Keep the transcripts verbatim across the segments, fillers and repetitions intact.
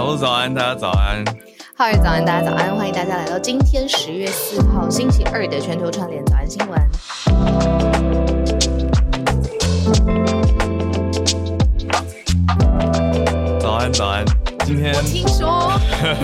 路早安，大家早安。 浩儿早安，大家早安，欢迎大家来到今天十月四号星期二的全球串联早安新闻。 早安，早安。今天我听说，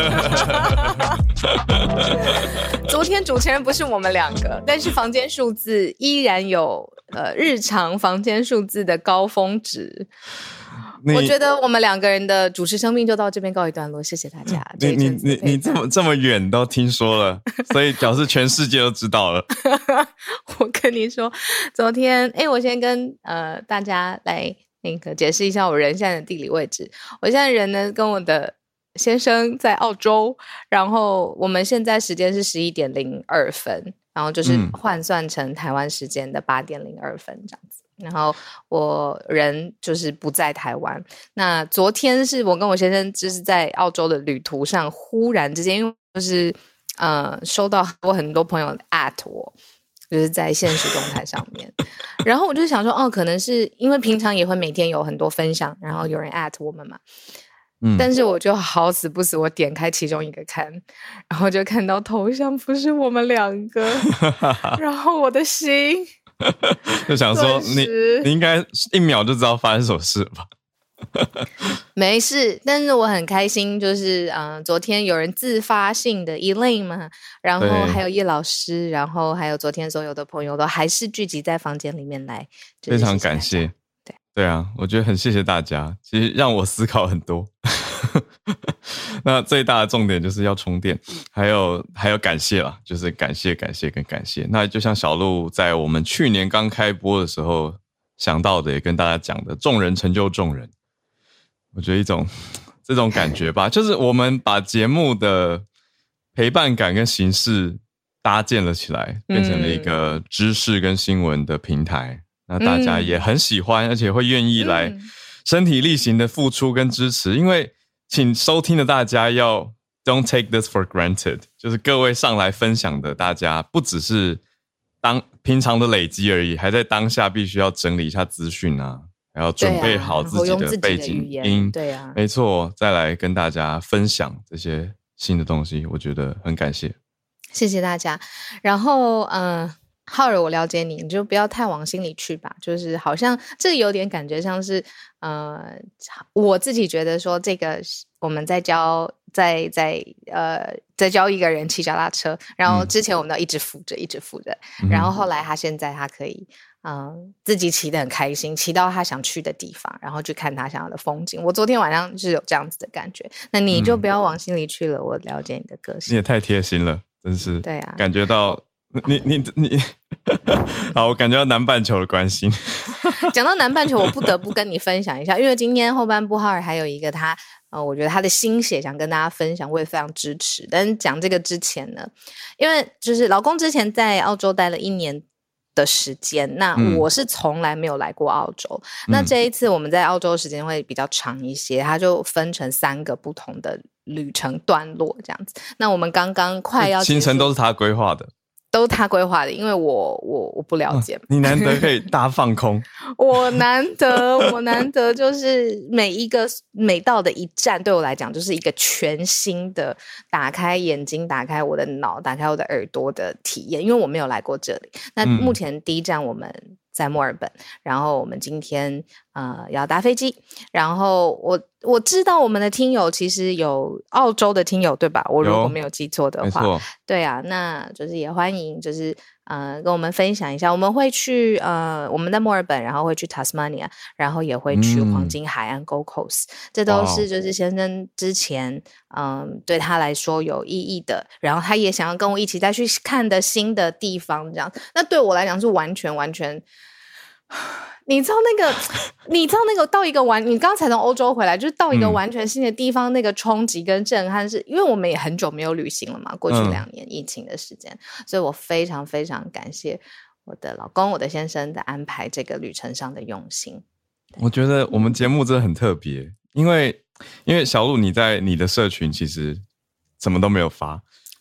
昨天主持人不是我们两个，但是房间数字依然有呃日常房间数字的高峰值。我觉得我们两个人的主持生命就到这边告一段落，谢谢大家。 你你你你这么这么远都听说了，所以表示全世界都知道了。 我跟你说，昨天哎，我先跟呃大家来那个解释一下我人现在的地理位置。我现在人呢跟我的先生在澳洲，然后我们现在时间是十一点零二分，然后就是换算成台湾时间的八点零二分这样子。然后我人就是不在台湾。那昨天是我跟我先生就是在澳洲的旅途上，忽然之间因为就是呃收到我很多朋友 at 我，就是在现实动态上面，然后我就想说哦，可能是因为平常也会每天有很多分享，然后有人 at 我们嘛。嗯，但是我就好死不死我点开其中一个看，然后就看到头像不是我们两个，然后我的心就想说你你应该一秒就知道发生什么事吧。 没事，但是我很开心，就是嗯、呃，昨天有人自发性的 Elaine 嘛，然后还有叶老师，然后还有昨天所有的朋友都还是聚集在房间里面来， 非常感谢。对对啊，我觉得很谢谢大家，其实让我思考很多。那最大的重点就是要充电，还有还有感谢啦，就是感谢感谢跟感谢。那就像小鹿在我们去年刚开播的时候想到的，也跟大家讲的，众人成就众人。我觉得一种这种感觉吧，就是我们把节目的陪伴感跟形式搭建了起来，变成了一个知识跟新闻的平台。那大家也很喜欢，而且会愿意来身体力行的付出跟支持，因为请收听的大家要 don't take this for granted， 就是各位上来分享的大家不只是当平常的累积而已，还在当下必须要整理一下资讯啊，还要准备好自己的背景音， 对啊， 没错，再来跟大家分享这些新的东西，我觉得很感谢， 谢谢大家。然后嗯。呃浩儿，我了解你，你就不要太往心里去吧。就是好像这有点感觉像是，呃，我自己觉得说这个我们在教，在在呃在教一个人骑脚踏车，然后之前我们都一直扶着，一直扶着，嗯、然后后来他现在他可以，嗯、呃，自己骑得很开心，骑到他想去的地方，然后去看他想要的风景。我昨天晚上是有这样子的感觉，那你就不要往心里去了。嗯、我了解你的个性， 你也太贴心了，真是， 对啊， 感觉到。你你你，好，我感觉到南半球的关心。 讲到南半球，我不得不跟你分享一下，因为今天后半部浩尔还有一个他，呃，我觉得他的心血想跟大家分享，我也非常支持。但是讲这个之前呢，因为就是老公之前在澳洲待了一年的时间，那我是从来没有来过澳洲。嗯、那这一次我们在澳洲的时间会比较长一些，它就分成三个不同的旅程段落这样子。那我们刚刚快要行程都是他规划的。 都是他规划的，因为我我我不了解、哦。 你难得可以大放空， 我难得我难得就是每一个每到的一站，对我来讲就是一个全新的打开眼睛、打开我的脑、打开我的耳朵的体验，因为我没有来过这里。那目前第一站我们在墨尔本，然后我们今天呃要搭飞机，然后我我知道我们的听友其实有澳洲的听友对吧？我如果没有记错的话，对啊，那就是也欢迎就是呃跟我们分享一下，我们会去呃我们在墨尔本，然后会去 Tasmania， 然后也会去黄金海岸 Gold Coast，、嗯、这都是就是先生之前嗯、呃、对他来说有意义的，然后他也想要跟我一起再去看的新的地方，这样那对我来讲是完全完全。你知道那个，你知道那个到一个完，你刚才从欧洲回来，就是到一个完全新的地方，嗯、那个冲击跟震撼是，因为我们也很久没有旅行了嘛，过去两年疫情的时间，嗯、所以我非常非常感谢我的老公、我的先生的安排这个旅程上的用心。 我觉得我们节目真的很特别，因为因为小鹿你在你的社群其实什么都没有发。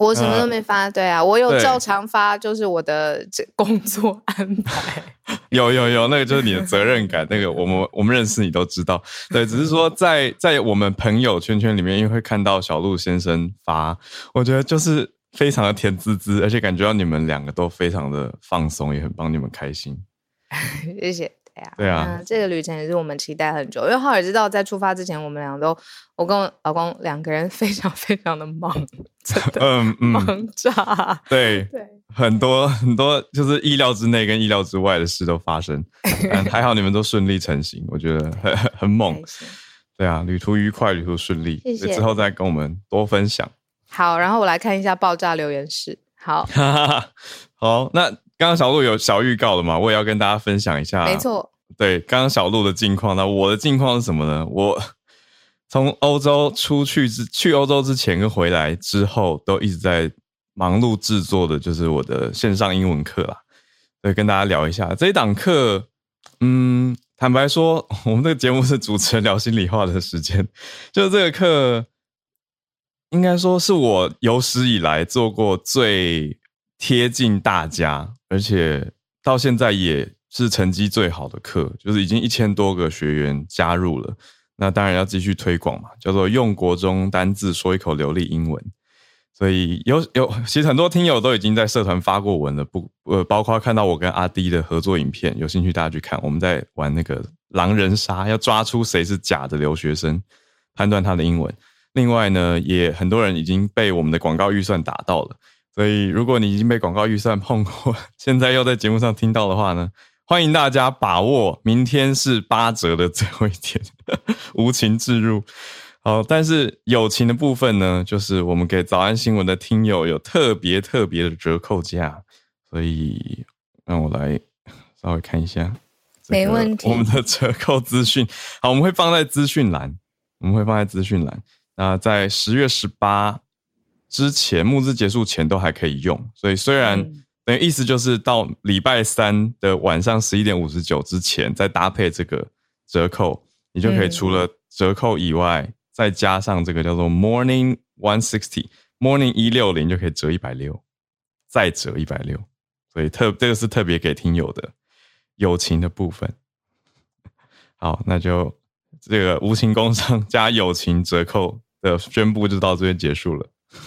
我什么都没发，对啊，我有照常发，就是我的工作安排。 有有有，那个就是你的责任感，那个我们我们认识你都知道。对，只是说在在我们朋友圈圈里面，因为会看到小鹿先生发，我觉得就是非常的甜滋滋，而且感觉到你们两个都非常的放松，也很帮你们开心。 谢谢。对啊， 对啊、 嗯，这个旅程也是我们期待很久，因为浩尔知道在出发之前，我们俩都，我跟我老公两个人非常非常的忙，真的，嗯嗯，忙炸， 对对，很多很多就是意料之内跟意料之外的事都发生，但还好你们都顺利成行，我觉得很很猛，对啊，旅途愉快，旅途顺利， 谢谢， 之后再跟我们多分享。 好，然后我来看一下爆炸留言室，好， 好，那。刚刚小鹿有小预告了嘛，我也要跟大家分享一下。 没错， 对，刚刚小鹿的近况，那我的近况是什么呢？我从欧洲出去之去欧洲之前跟回来之后，都一直在忙碌制作的，就是我的线上英文课啦。所以跟大家聊一下这一档课。嗯，坦白说，我们这个节目是主持人聊心里话的时间，就是这个课，应该说是我有史以来做过最贴近大家，而且到现在也是成绩最好的课，就是已经一千多个学员加入了。那当然要继续推广嘛，叫做用国中单字说一口流利英文。所以有有，其实很多听友都已经在社团发过文了，不呃，包括看到我跟阿滴的合作影片，有兴趣大家去看。我们在玩那个狼人杀，要抓出谁是假的留学生，判断他的英文。另外呢，也很多人已经被我们的广告预算打到了。所以如果你已经被广告预算碰过，现在又在节目上听到的话呢，欢迎大家把握明天是八折的最后一天，无情置入。好，但是友情的部分呢，就是我们给早安新闻的听友有特别特别的折扣价，所以让我来稍微看一下、这个、 没问题， 我们的折扣资讯。好，我们会放在资讯栏，我们会放在资讯栏。那在十月十八之前，募资结束前都还可以用，所以虽然、嗯、等于意思就是到礼拜三的晚上十一点五十九之前再搭配这个折扣，你就可以除了折扣以外、嗯、再加上这个叫做 Morning 一百六十 Morning 一百六十就可以折一百六十，再折一百六十，所以特这个是特别给听友的友情的部分。好，那就这个无情工商加友情折扣的宣布就到这边结束了。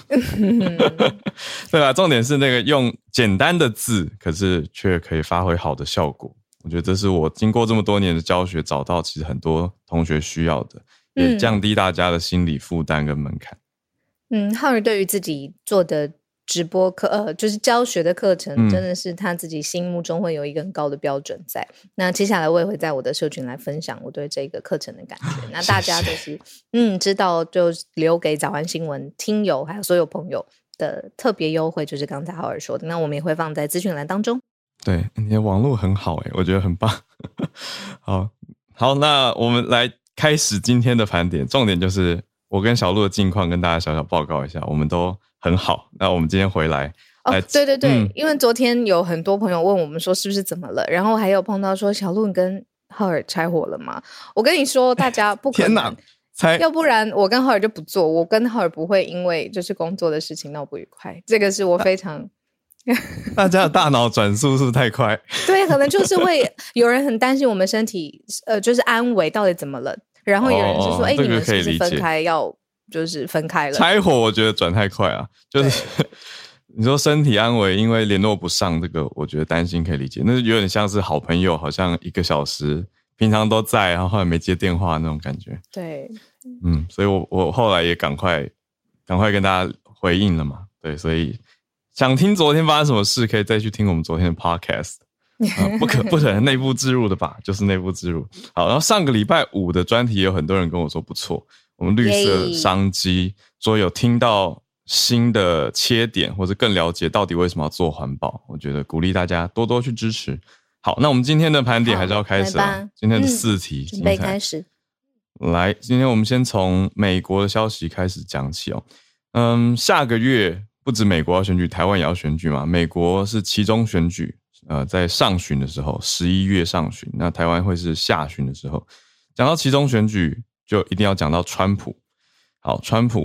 对啦，重点是那个用简单的字，可是却可以发挥好的效果。我觉得这是我经过这么多年的教学找到其实很多同学需要的，也降低大家的心理负担跟门槛。 嗯，浩宇对于自己做的直播课呃，就是教学的课程、嗯、真的是他自己心目中会有一个很高的标准在。那接下来我也会在我的社群来分享我对这个课程的感觉。那大家就是谢谢嗯，知道就留给早安新闻听友还有所有朋友的特别优惠，就是刚才浩尔说的，那我们也会放在资讯栏当中。 对，你的网络很好耶，我觉得很棒。好好，那我们来开始今天的盘点，重点就是我跟小鹿的近况跟大家小小报告一下，我们都很好。那我们今天回来哦，对对对、嗯、因为昨天有很多朋友问我们说是不是怎么了，然后还有碰到说小鹿你跟浩尔拆伙了吗？我跟你说大家不可能，天哪，猜要不然我跟浩尔就不做，我跟浩尔不会因为就是工作的事情闹不愉快，这个是我非常大家的大脑转速是不是太快？ 对，可能就是会有人很担心我们身体呃，就是安危到底怎么了，然后有人是说哎、哦欸，你们是不是分开要就是分开了？ 拆伙我觉得转太快啊，就是你说身体安危因为联络不上，这个我觉得担心可以理解，那有点像是好朋友好像一个小时平常都在，然后后来没接电话那种感觉。 对， 嗯，所以我我后来也赶快赶快跟大家回应了嘛。对，所以想听昨天发生什么事，可以再去听我们昨天的 podcast、呃、不可不可能内部置入的吧，就是内部置入。好，然后上个礼拜五的专题有很多人跟我说不错，我们绿色商机说有听到新的切点，或者更了解到底为什么要做环保，我觉得鼓励大家多多去支持。好，那我们今天的盘点还是要开始了，今天的四题、 嗯、准备开始。 来，今天我们先从美国的消息开始讲起哦。嗯，下个月不止美国要选举，台湾也要选举嘛。美国是期中选举，呃，在上旬的时候，十一月上旬，那台湾会是下旬的时候。讲到期中选举，就一定要讲到川普。好，川普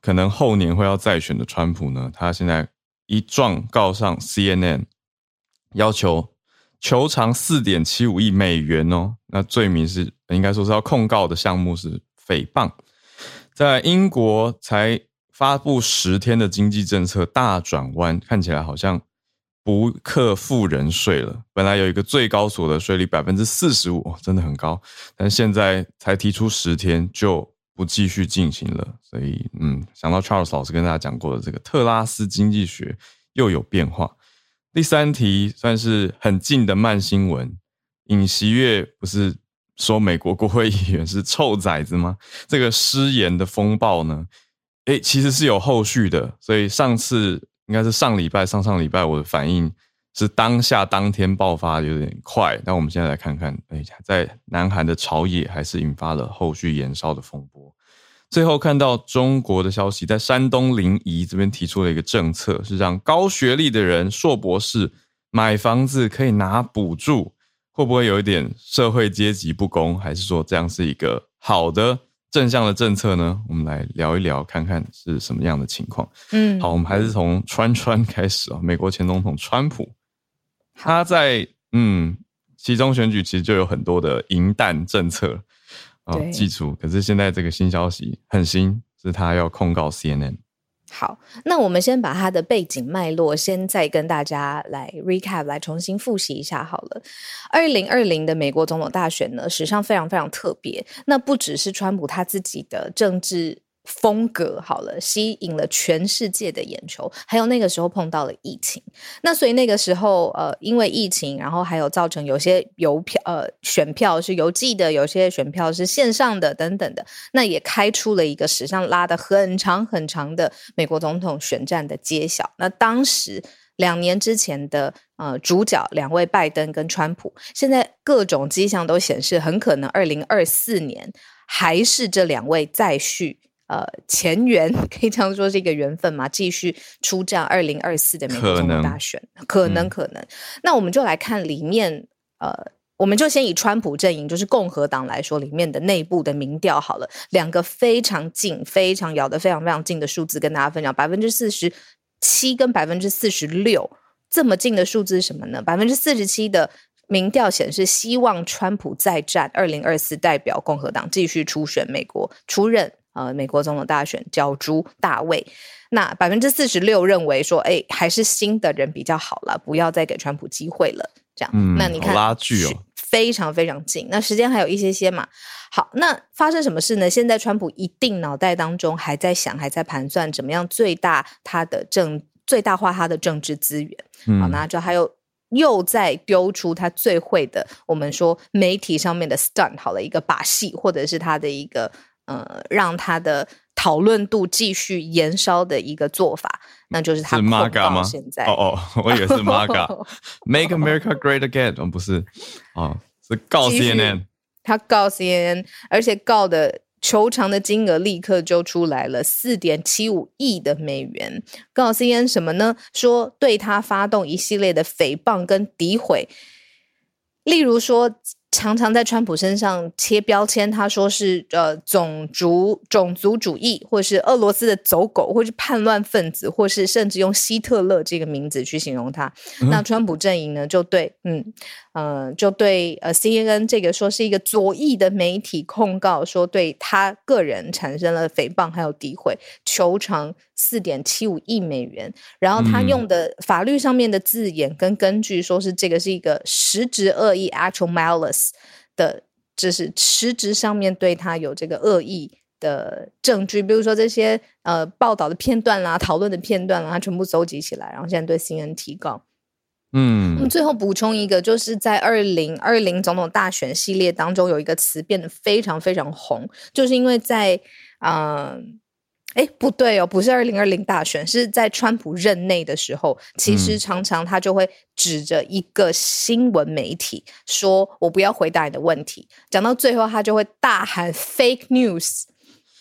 可能后年会要再选的川普呢，他现在一状告上 C N N， 要求求偿 四点七五亿美元哦。那罪名是应该说是要控告的项目是诽谤。在英国才发布十天的经济政策大转弯，看起来好像不课富人税了。本来有一个最高所得税率 百分之四十五， 真的很高，但现在才提出十天就不继续进行了。所以嗯，想到 Charles 老师跟大家讲过的这个特拉斯经济学又有变化。第三题算是很近的慢新闻，尹锡悦不是说美国国会议员是臭崽子吗？这个失言的风暴呢，诶，其实是有后续的。所以上次应该是上礼拜上上礼拜我的反应是当下当天爆发有点快，但我们现在来看看，诶，在南韩的朝野还是引发了后续延烧的风波。最后看到中国的消息，在山东临沂这边提出了一个政策，是让高学历的人硕博士买房子可以拿补助，会不会有一点社会阶级不公，还是说这样是一个好的正向的政策呢？我们来聊一聊看看是什么样的情况。嗯，好，我们还是从川川开始哦。美国前总统川普，他在嗯期中选举其实就有很多的银弹政策哦，基础，可是现在这个新消息很新，是他要控告 C N N。 好，那我们先把他的背景脉络先再跟大家来 recap 来重新复习一下好了。二零二零的美国总统大选呢，史上非常非常特别，那不只是川普他自己的政治风格好了，吸引了全世界的眼球，还有那个时候碰到了疫情，那所以那个时候呃，因为疫情，然后还有造成有些邮票呃选票是邮寄的，有些选票是线上的等等的，那也开出了一个史上拉得很长很长的美国总统选战的揭晓。那当时两年之前的呃主角两位拜登跟川普，现在各种迹象都显示很可能二零二四年还是这两位再续呃，前缘可以这样说是一个缘分嘛，继续出战二零二四的美国总统大选，可能可能、嗯、可能。那我们就来看里面呃，我们就先以川普阵营就是共和党来说里面的内部的民调好了，两个非常近非常咬得非常非常近的数字跟大家分享， 百分之四十七 跟 百分之四十六 这么近的数字是什么呢？ 百分之四十七 的民调显示希望川普再战二零二四，代表共和党继续初选美国出任呃，美国总统大选角逐大位。那 百分之四十六 认为说哎，还是新的人比较好了，不要再给川普机会了这样、嗯、那你看拉锯哦， 非常非常近，那时间还有一些些嘛。好，那发生什么事呢？现在川普一定脑袋当中还在想还在盘算怎么样最大他的政最大化他的政治资源、嗯、好，那就还有又再丢出他最会的我们说媒体上面的 stunt 好了，一个把戏，或者是他的一个呃，让他的讨论度继续延烧的一个做法，那就是他控告现在。 哦哦，我以为是 M A G A，Make America Great Again， 哦不是，哦是告 C N N， 他告 C N N， 而且告的求偿的金额立刻就出来了 四点七五亿的美元。告 C N N 什么呢？说对他发动一系列的诽谤跟诋毁，例如说常常在川普身上贴标签，他说是呃种族种族主义，或是俄罗斯的走狗，或是叛乱分子，或是甚至用希特勒这个名字去形容他。嗯、那川普阵营呢，就对嗯呃就对呃 C N N 这个说是一个左翼的媒体控告，说对他个人产生了诽谤还有诋毁，求偿 四点七五亿美元。然后他用的法律上面的字眼跟根据说是这个是一个实质恶意 actual malice的，就是实质上面对他有这个恶意的证据，比如说这些呃报道的片段啦、讨论的片段啦，他全部搜集起来，然后现在对 C N N 提告。嗯，我们最后补充一个，就是在二零二零总统大选系列当中有一个词变得非常非常红，就是因为在呃哎，不对哦，不是二零二零大选，是在川普任内的时候，其实常常他就会指着一个新闻媒体说我不要回答你的问题，讲到最后他就会大喊 fake news，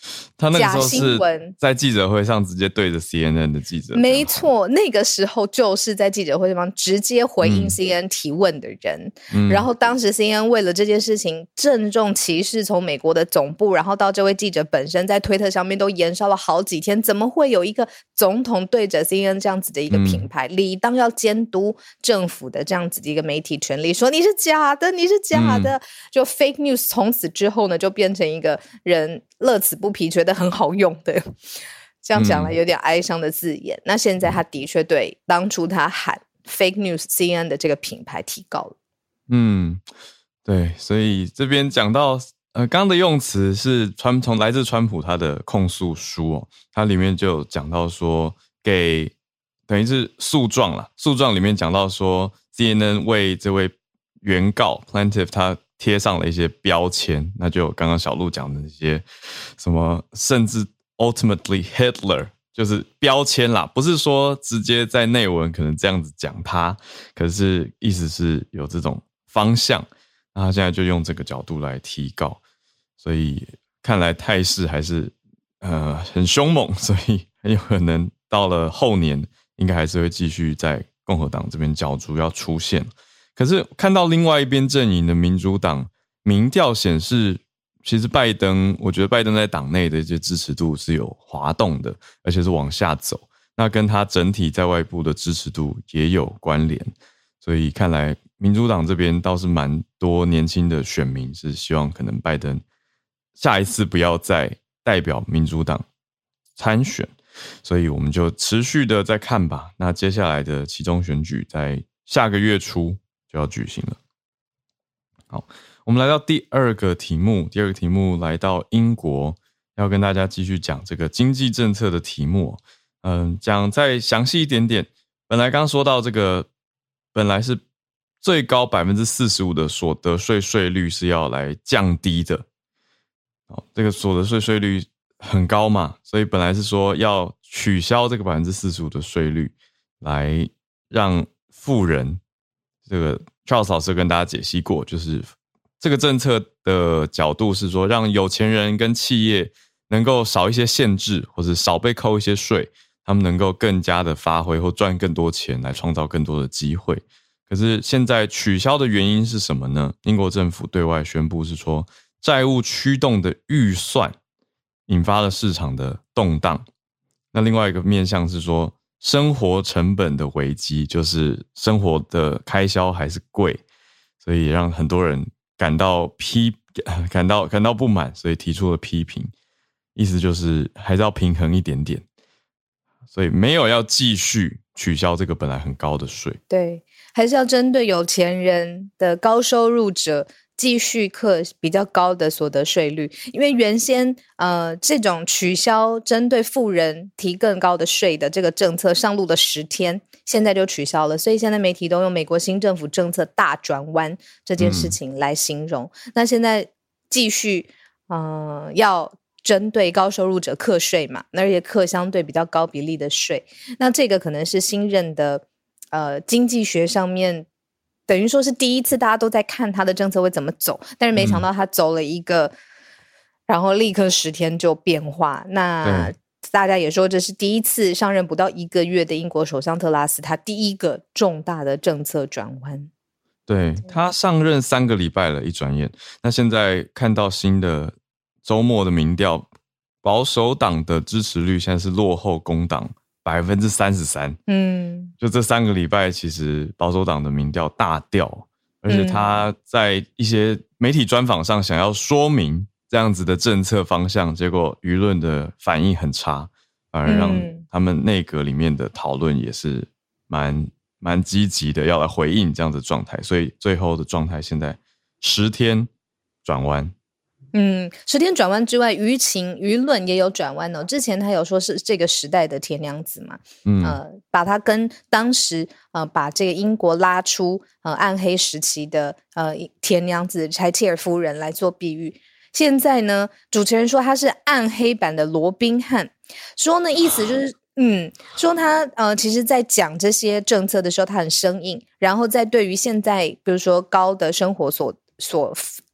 他那个时候是在记者会上直接对着 C N N 的记者， 没错，那个时候就是在记者会上直接回应 C N N 提问的人、嗯、然后当时 C N N 为了这件事情郑重其事，从美国的总部然后到这位记者本身在推特上面都延烧了好几天，怎么会有一个总统对着 C N N 这样子的一个品牌、嗯、理当要监督政府的这样子的一个媒体权利，说你是假的你是假的、嗯、就 fake news 从此之后呢就变成一个人乐此不疲觉得很好用的，这样讲来有点哀伤的字眼、嗯、那现在他的确对当初他喊 fake news C N N 的这个品牌提高了。 嗯，对，所以这边讲到呃，刚刚的用词是川从来自川普他的控诉书哦，它里面就有讲到说给等于是诉状啦，诉状里面讲到说 C N N 为这位原告 plaintiff 他贴上了一些标签，那就刚刚小鹿讲的那些什么甚至 ultimately Hitler 就是标签啦，不是说直接在内文可能这样子讲他，可是意思是有这种方向，那他现在就用这个角度来提告，所以看来态势还是呃很凶猛，所以很有可能到了后年应该还是会继续在共和党这边角逐要出现。可是看到另外一边阵营的民主党民调显示，其实拜登我觉得拜登在党内的一些支持度是有滑动的，而且是往下走，那跟他整体在外部的支持度也有关联，所以看来民主党这边倒是蛮多年轻的选民是希望可能拜登下一次不要再代表民主党参选，所以我们就持续的再看吧。那接下来的期中选举在下个月初就要举行了。好，我们来到第二个题目，第二个题目来到英国，要跟大家继续讲这个经济政策的题目。嗯，讲再详细一点点。本来刚说到这个，本来是最高 百分之四十五 的所得税税率是要来降低的。好，这个所得税税率很高嘛，所以本来是说要取消这个 百分之四十五 的税率，来让富人，这个 Charles 老师跟大家解析过，就是这个政策的角度是说让有钱人跟企业能够少一些限制，或者少被扣一些税，他们能够更加的发挥或赚更多钱来创造更多的机会。可是现在取消的原因是什么呢？英国政府对外宣布是说债务驱动的预算引发了市场的动荡。那另外一个面向是说生活成本的危机，就是生活的开销还是贵，所以让很多人感到批感到感到不满，所以提出了批评。意思就是还是要平衡一点点，所以没有要继续取消这个本来很高的税。 对，还是要针对有钱人的高收入者继续课比较高的所得税率，因为原先呃这种取消针对富人提更高的税的这个政策上路的十天，现在就取消了，所以现在媒体都用美国新政府政策大转弯这件事情来形容。嗯、那现在继续呃要针对高收入者课税嘛，而且课相对比较高比例的税，那这个可能是新任的呃经济学上面等于说是第一次大家都在看他的政策会怎么走，但是没想到他走了一个、嗯、然后立刻十天就变化。那大家也说这是第一次上任不到一个月的英国首相特拉斯他第一个重大的政策转弯。 对，他上任三个礼拜了，一转眼。那现在看到新的周末的民调，保守党的支持率现在是落后工党 百分之三十三。 嗯，就这三个礼拜其实保守党的民调大掉，而且他在一些媒体专访上想要说明这样子的政策方向，结果舆论的反应很差，反而让他们内阁里面的讨论也是蛮蛮积极的，要来回应这样的状态，所以最后的状态现在十天转弯。 嗯，十天转弯之外，舆情舆论也有转弯哦。之前他有说是这个时代的铁娘子嘛，嗯，呃，把他跟当时呃把这个英国拉出呃暗黑时期的呃铁娘子柴契尔夫人来做比喻。现在呢，主持人说他是暗黑版的罗宾汉，说呢意思就是。嗯，说他呃，其实在讲这些政策的时候，他很生硬，然后在对于现在比如说高的生活所所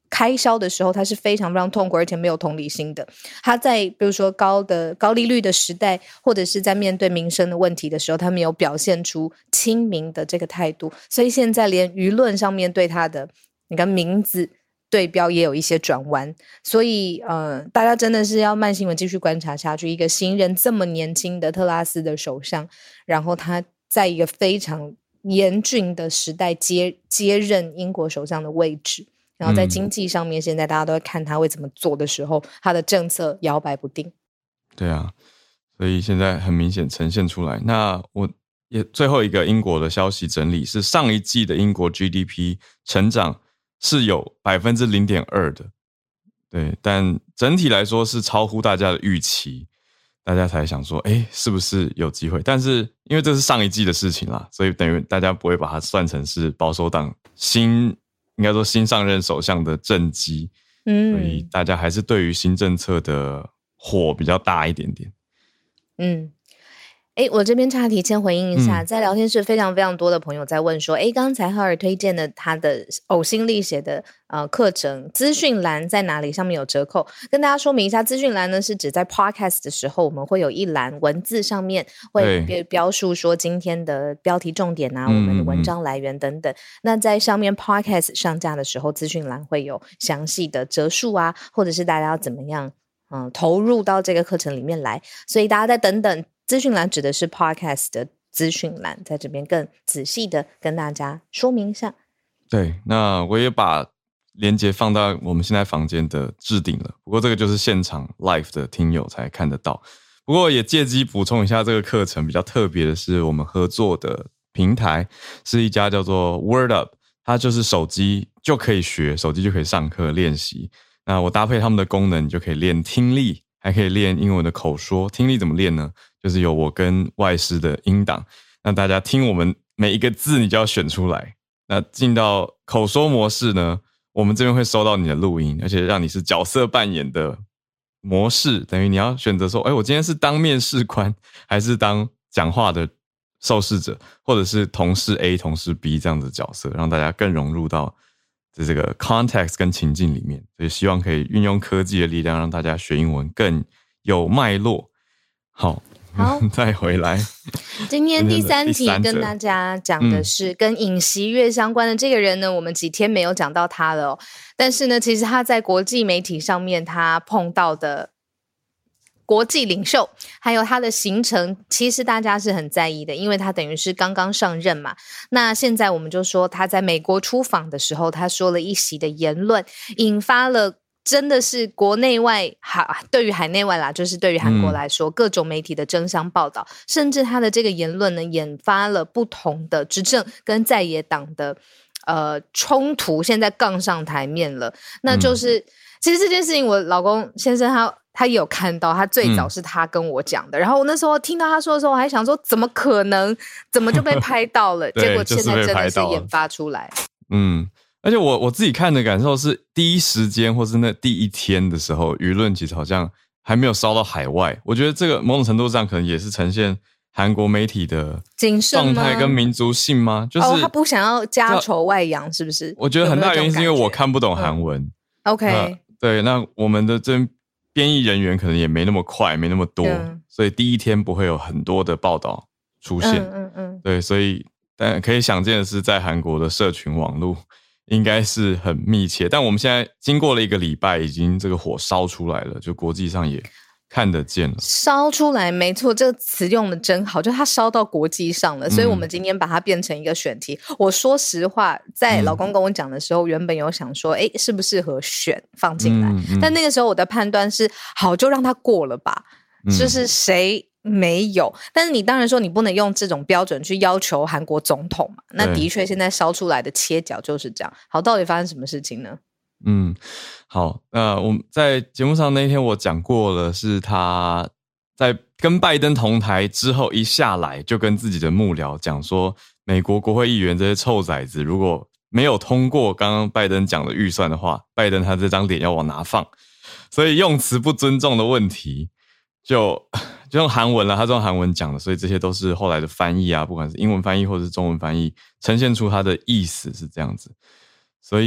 开销的时候，他是非常非常痛苦，而且没有同理心的。他在比如说高的高利率的时代，或者是在面对民生的问题的时候，他没有表现出亲民的这个态度，所以现在连舆论上面对他的你看名字对标也有一些转弯，所以呃，大家真的是要慢新闻继续观察下去。一个新任这么年轻的特拉斯的首相，然后他在一个非常严峻的时代接接任英国首相的位置，然后在经济上面，现在大家都会看他会怎么做的时候，他的政策摇摆不定。 对啊，所以现在很明显呈现出来。那我也最后一个英国的消息整理是，上一季的英国 G D P 成长是有 百分之零点二 的，对，但整体来说是超乎大家的预期，大家才想说诶是不是有机会，但是因为这是上一季的事情啦，所以等于大家不会把它算成是保守党新应该说新上任首相的政绩，嗯，所以大家还是对于新政策的火比较大一点点。 嗯，诶，我这边岔题先回应一下，嗯，在聊天室非常非常多的朋友在问说，诶，刚才浩尔推荐的他的呕心沥血的呃课程资讯栏在哪里，上面有折扣，跟大家说明一下，资讯栏呢是指在 podcast 的时候我们会有一栏文字上面会标述说今天的标题重点啊，我们的文章来源等等，嗯嗯，那在上面 podcast 上架的时候，资讯栏会有详细的折数啊，或者是大家要怎么样嗯投入到这个课程里面来，所以大家再等等，资讯栏指的是 podcast 的资讯栏，在这边更仔细的跟大家说明一下。 对，那我也把连结放到我们现在房间的置顶了，不过这个就是现场 live 的听友才看得到。不过也借机补充一下，这个课程比较特别的是，我们合作的平台是一家叫做 WordUp， 它就是手机就可以学，手机就可以上课练习。那我搭配他们的功能，你就可以练听力，还可以练英文的口说。听力怎么练呢？就是有我跟外师的音档，那大家听我们每一个字你就要选出来。那进到口说模式呢，我们这边会收到你的录音，而且让你是角色扮演的模式，等于你要选择说，诶，我今天是当面试官还是当讲话的受试者，或者是同事 A 同事 B 这样的角色，让大家更融入到这个 context 跟情境里面。所以希望可以运用科技的力量，让大家学英文更有脉络。好好再回来今天第三题跟大家讲的是跟尹锡悦相关的这个人呢，我们几天没有讲到他了哦，但是呢其实他在国际媒体上面他碰到的国际领袖还有他的行程，其实大家是很在意的，因为他等于是刚刚上任嘛。那现在我们就说他在美国出访的时候，他说了一席的言论，引发了真的是国内外对于海内外啦，就是对于韩国来说、嗯、各种媒体的争相报道，甚至他的这个言论呢引发了不同的执政跟在野党的呃冲突，现在杠上台面了。那就是、嗯、其实这件事情我老公先生他他也有看到，他最早是他跟我讲的、嗯、然后我那时候听到他说的时候，我还想说怎么可能，怎么就被拍到了结果现在真的是研发出来。 嗯，而且我我自己看的感受是，第一时间或是那第一天的时候，舆论其实好像还没有烧到海外。我觉得这个某种程度上可能也是呈现韩国媒体的状态跟民族性吗？就是、 哦、他不想要家丑外扬，是不是？ 我觉得很大原因是因为我看不懂韩文。嗯、 OK， 对，那我们的这编译人员可能也没那么快，没那么多，嗯、所以第一天不会有很多的报道出现。嗯嗯嗯，对，所以但可以想见的是，在韩国的社群网络应该是很密切，但我们现在经过了一个礼拜，已经这个火烧出来了，就国际上也看得见了。 烧出来，没错，这个词用的真好，就它烧到国际上了，所以我们今天把它变成一个选题。嗯、我说实话，在老公跟我讲的时候，嗯、原本有想说，哎，适不适合选放进来、嗯嗯？但那个时候我的判断是，好，就让它过了吧，嗯、就是谁。没有，但是你当然说你不能用这种标准去要求韩国总统嘛，那的确现在烧出来的切角就是这样。好，到底发生什么事情呢？ 嗯，好，那我们在节目上那一天我讲过了，是他在跟拜登同台之后一下来就跟自己的幕僚讲说，美国国会议员这些臭崽子如果没有通过刚刚拜登讲的预算的话，拜登他这张脸要往哪放，所以用词不尊重的问题就就用韩文了，他是用韩文讲的，所以这些都是后来的翻译啊，不管是英文翻译或者是中文翻译，呈现出他的意思是这样子。所以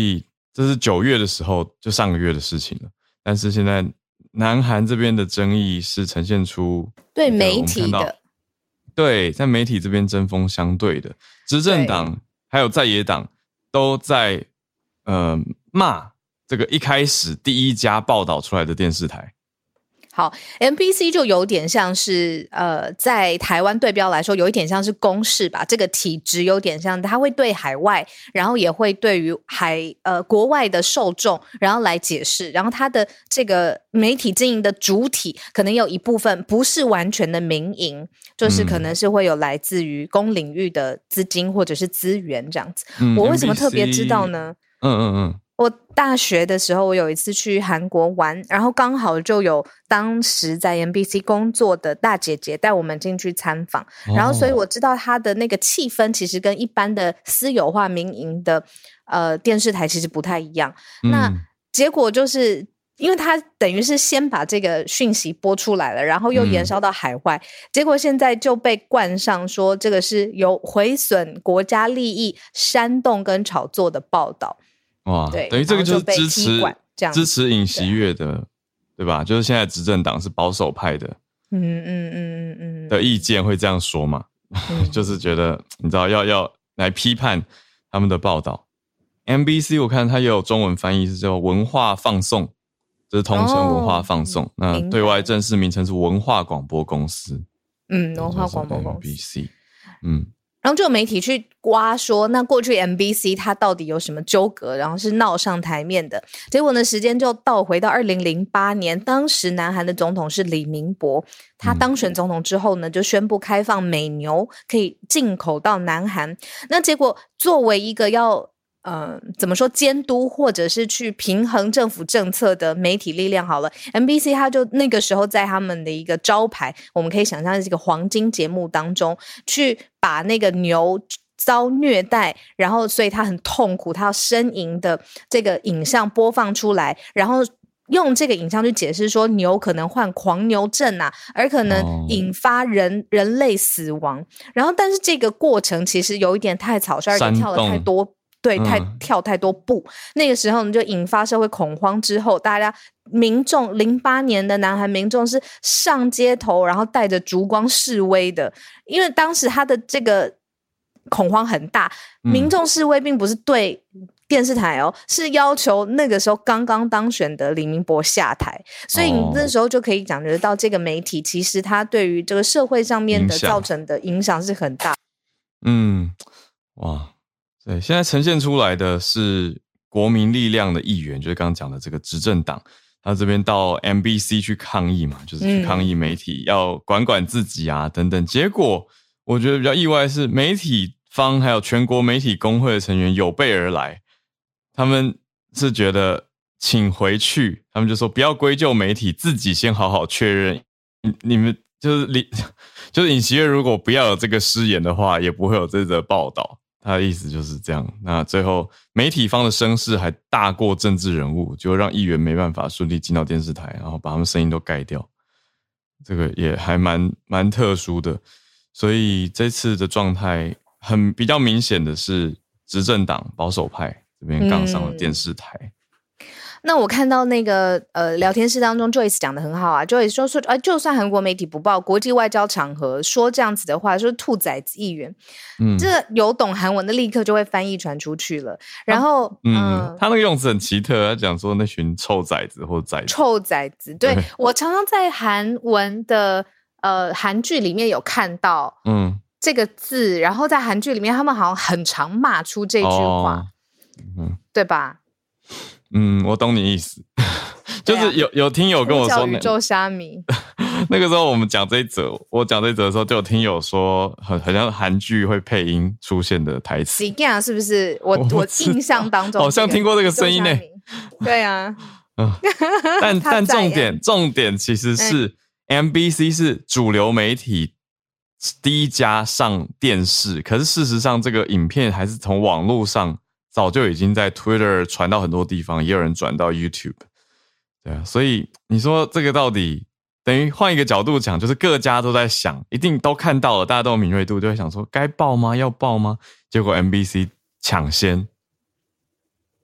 这是九月的时候，就上个月的事情了。但是现在南韩这边的争议是呈现出对媒体的， 对，在媒体这边针锋相对的，执政党还有在野党都在呃骂这个一开始第一家报道出来的电视台。 好 ，M B C 就有点像是呃，在台湾对标来说，有一点像是公视吧，这个体制有点像，它会对海外，然后也会对于海呃国外的受众，然后来解释，然后它的这个媒体经营的主体，可能有一部分不是完全的民营，就是可能是会有来自于公领域的资金或者是资源这样子。嗯、我为什么特别知道呢？ 嗯嗯嗯。 我大学的时候，我有一次去韩国玩，然后刚好就有当时在 M B C 工作的大姐姐带我们进去参访，哦、然后所以我知道她的那个气氛其实跟一般的私有化民营的呃电视台其实不太一样。嗯、那结果就是因为他等于是先把这个讯息播出来了，然后又延烧到海外，嗯、结果现在就被冠上说这个是有毁损国家利益、煽动跟炒作的报道。 哇，等于这个就是支持支持尹锡悦的， 对, 对吧？就是现在执政党是保守派的，嗯嗯嗯嗯的意见会这样说嘛？嗯、就是觉得你知道要要来批判他们的报道。M B C 我看它也有中文翻译是叫文化放送，这是通称文化放送。哦、那对外正式名称是文化广播公司。 嗯，文化广播公司 M B C。嗯。 然后就有媒体去刮说，那过去 M B C 它到底有什么纠葛，然后是闹上台面的。结果呢，时间就倒回到二零零八年，当时南韩的总统是李明博，他当选总统之后呢，就宣布开放美牛可以进口到南韩。那结果作为一个要呃，怎么说监督或者是去平衡政府政策的媒体力量好了 ，M B C 它就那个时候在他们的一个招牌，我们可以想象是一个黄金节目当中，去把那个牛遭虐待，然后所以他很痛苦，他要呻吟的这个影像播放出来，然后用这个影像去解释说牛可能患狂牛症啊，而可能引发人、哦、人类死亡。然后，但是这个过程其实有一点太草率，而且跳了太多。对，太、嗯、跳太多步，那个时候呢就引发社会恐慌。之后，大家民众零八年的南韩民众是上街头，然后带着烛光示威的，因为当时他的这个恐慌很大，民众示威并不是对电视台哦，是要求那个时候刚刚当选的李明博下台，所以你那时候就可以感觉到这个媒体其实它对于这个社会上面的造成的影响是很大。 嗯，哇。对，现在呈现出来的是国民力量的议员，就是刚刚讲的这个执政党，他这边到 M B C 去抗议嘛，就是去抗议媒体要管管自己啊等等。结果我觉得比较意外的是，媒体方还有全国媒体工会的成员有备而来，他们是觉得请回去，他们就说不要归咎媒体，自己先好好确认，你们就是就是尹锡悦如果不要有这个失言的话，也不会有这则报道。他的意思就是这样，那最后媒体方的声势还大过政治人物，就让议员没办法顺利进到电视台，然后把他们声音都盖掉，这个也还蛮蛮特殊的。所以这次的状态很比较明显的是执政党保守派这边杠上了电视台。嗯， 那我看到那个呃聊天室当中 Joyce 讲得很好啊 Joyce 说说、呃、就算韩国媒体不报，国际外交场合说这样子的话，说兔崽子议员，嗯，这有懂韩文的立刻就会翻译传出去了。然后、啊、 嗯、呃，他那个用词很奇特，他讲说那群臭崽子或崽子， 臭崽子，对，对我常常在韩文的呃韩剧里面有看到嗯这个字，然后在韩剧里面他们好像很常骂出这句话，哦、嗯，对吧？ 嗯，我懂你意思，就是有有听友跟我说， 宇宙虾米， 那个时候我们讲这一则，我讲这一则的时候，就有听友说，很好像韩剧会配音出现的台词， 是不是？我 我, 我印象当中好像听过这个声音呢。 对啊， 嗯、但但重点重点其实是 M B C 是主流媒体第一家上电视，可是事实上这个影片还是从网络上。早就已经在 Twitter 传到很多地方，也有人转到 YouTube， 对啊，所以你说这个到底等于换一个角度讲，就是各家都在想，一定都看到了，大家都有敏锐度，就会想说该报吗？要报吗？结果 M B C 抢先，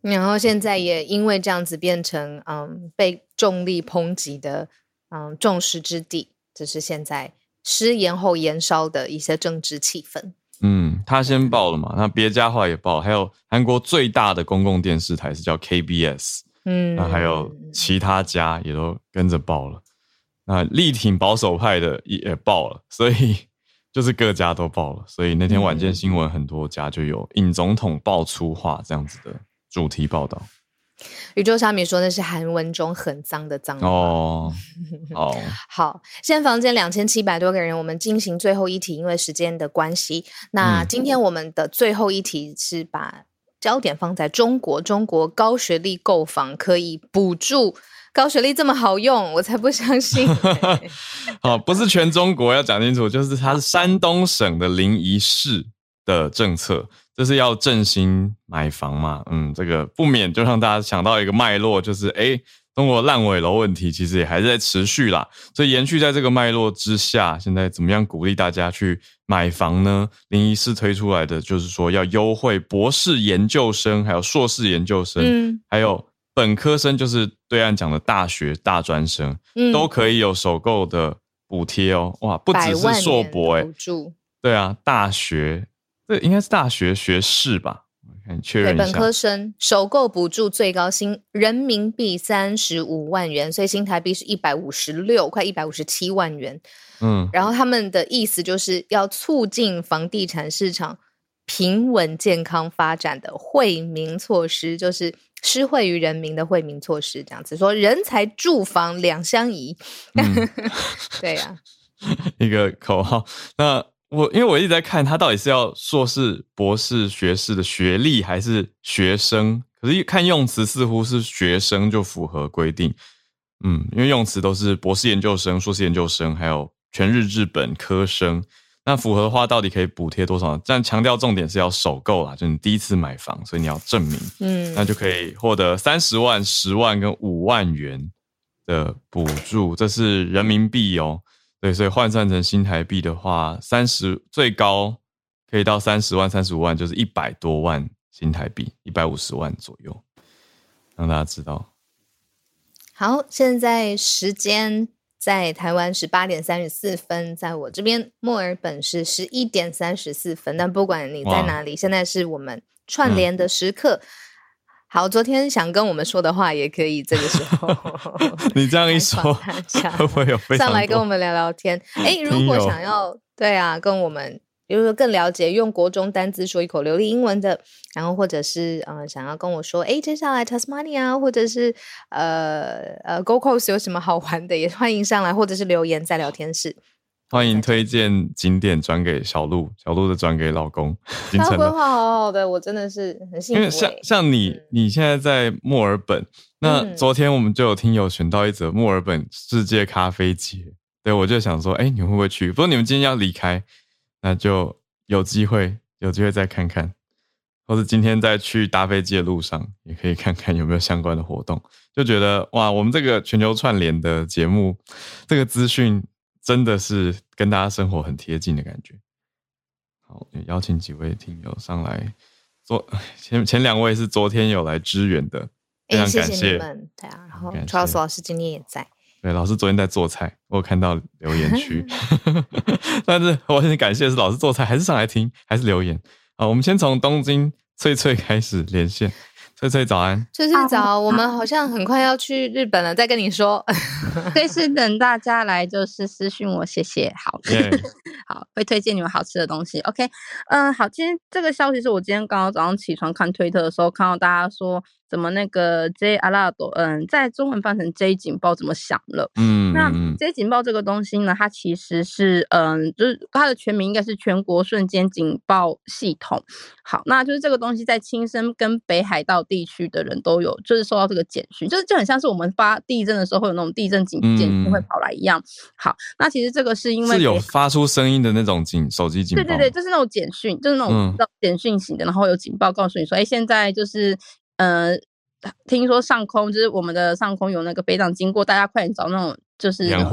然后现在也因为这样子变成嗯被重力抨击的嗯众矢之的，这是现在失言后延烧的一些政治气氛。 嗯，他先爆了嘛，那别家后来也爆了，还有韩国最大的公共电视台是叫 K B S， 嗯，那还有其他家也都跟着爆了，那力挺保守派的也爆了，所以就是各家都爆了，所以那天晚间新闻很多家就有引总统爆粗话这样子的主题报道。 宇宙虾米说那是韩文中很脏的脏话哦。哦， 好，现在房间两千七百多个人，我们进行最后一题，因为时间的关系，那今天我们的最后一题是把焦点放在中国，中国高学历购房可以补助，高学历这么好用，我才不相信、欸。 好，不是全中国要讲清楚，就是它是山东省的临沂市的政策，这是要振兴买房嘛，嗯，这个不免就让大家想到一个脉络，就是诶中国烂尾楼问题其实也还是在持续啦，所以延续在这个脉络之下，现在怎么样鼓励大家去买房呢？临沂市推出来的就是说要优惠博士研究生还有硕士研究生、嗯、还有本科生，就是对岸讲的大学大专生、嗯、都可以有首购的补贴哦。哇，不只是硕博诶、欸、对啊，大学这应该是大学学士吧，确认一下。 对，本科生首购补助最高新人民币三十五万元，所以新台币是一百五十六快一百五十七万元。嗯，然后他们的意思就是要促进房地产市场平稳健康发展的惠民措施，就是施惠于人民的惠民措施，这样子说人才住房两相宜。嗯、对啊， 一个口号。那我因为我一直在看他到底是要硕士博士学士的学历还是学生，可是看用词似乎是学生就符合规定。嗯，因为用词都是博士研究生硕士研究生还有全日制本科生，那符合的话到底可以补贴多少？但强调重点是要首购啦，就是你第一次买房，所以你要证明，嗯，那就可以获得三十万十万跟五万元的补助，这是人民币哦。对，所以换算成新台币的话，三十最高可以到三十万、三十五万，就是一百多万新台币，一百五十万左右，让大家知道。 好，现在时间在台湾是八点三十四分，在我这边墨尔本是十一点三十四分。但不管你在哪里，现在是我们串联的时刻。嗯，好，昨天想跟我们说的话也可以这个时候你这样一说会不会有非常多上来跟我们聊聊天？诶，如果想要对啊跟我们比如说更了解用国中单字说一口流利英文的，然后或者是呃想要跟我说诶接下来 Tasmania 或者是呃呃 Gold Coast 有什么好玩的，也欢迎上来，或者是留言在聊天室。 欢迎推荐景点转给小鹿，小鹿的转给老公。 他规划好好的，我真的是很幸福、欸。 因为像像你、嗯，你现在在墨尔本，那昨天我们就有听友选到一则墨尔本世界咖啡节，对，我就想说，哎、欸，你们会不会去？不过你们今天要离开，那就有机会，有机会再看看，或者今天在去搭飞机的路上，也可以看看有没有相关的活动。就觉得哇，我们这个全球串联的节目，这个资讯。真的是跟大家生活很贴近的感觉。好，邀请几位听友上来做，前前两位是昨天有来支援的，非常感谢， 欸、谢谢你们。对啊，然后 Charles 老师今天也在。 对，老师昨天在做菜，我有看到留言区。但是我很感谢的是老师做菜，还是上来听，还是留言。好，我们先从东京翠翠开始连线。翠翠早安。 翠翠早，我们好像很快要去日本了，再跟你说。 随时等大家来就是私讯我，谢谢。好， yeah. 好，会推荐你们好吃的东西。OK， 嗯、呃，好，今天这个消息是我今天刚刚早上起床看推特的时候看到大家说怎么那个 J Alert， 嗯，在中文翻成 J 警报怎么响了？嗯，那 J 警报这个东西呢，它其实是嗯，就是它的全名应该是全国瞬间警报系统。好，那就是这个东西在青森跟北海道地区的人都有，就是收到这个简讯，就是就很像是我们发地震的时候会有那种地震警简讯会跑来一样。好，那其实这个是因为是有发出声音的那种警手机警报， 对对对，就是那种简讯，就是那种简讯型的，然后有警报告诉你说，哎，现在就是呃，听说上空就是我们的上空有那个飞弹经过，大家快点找那种就是掩护，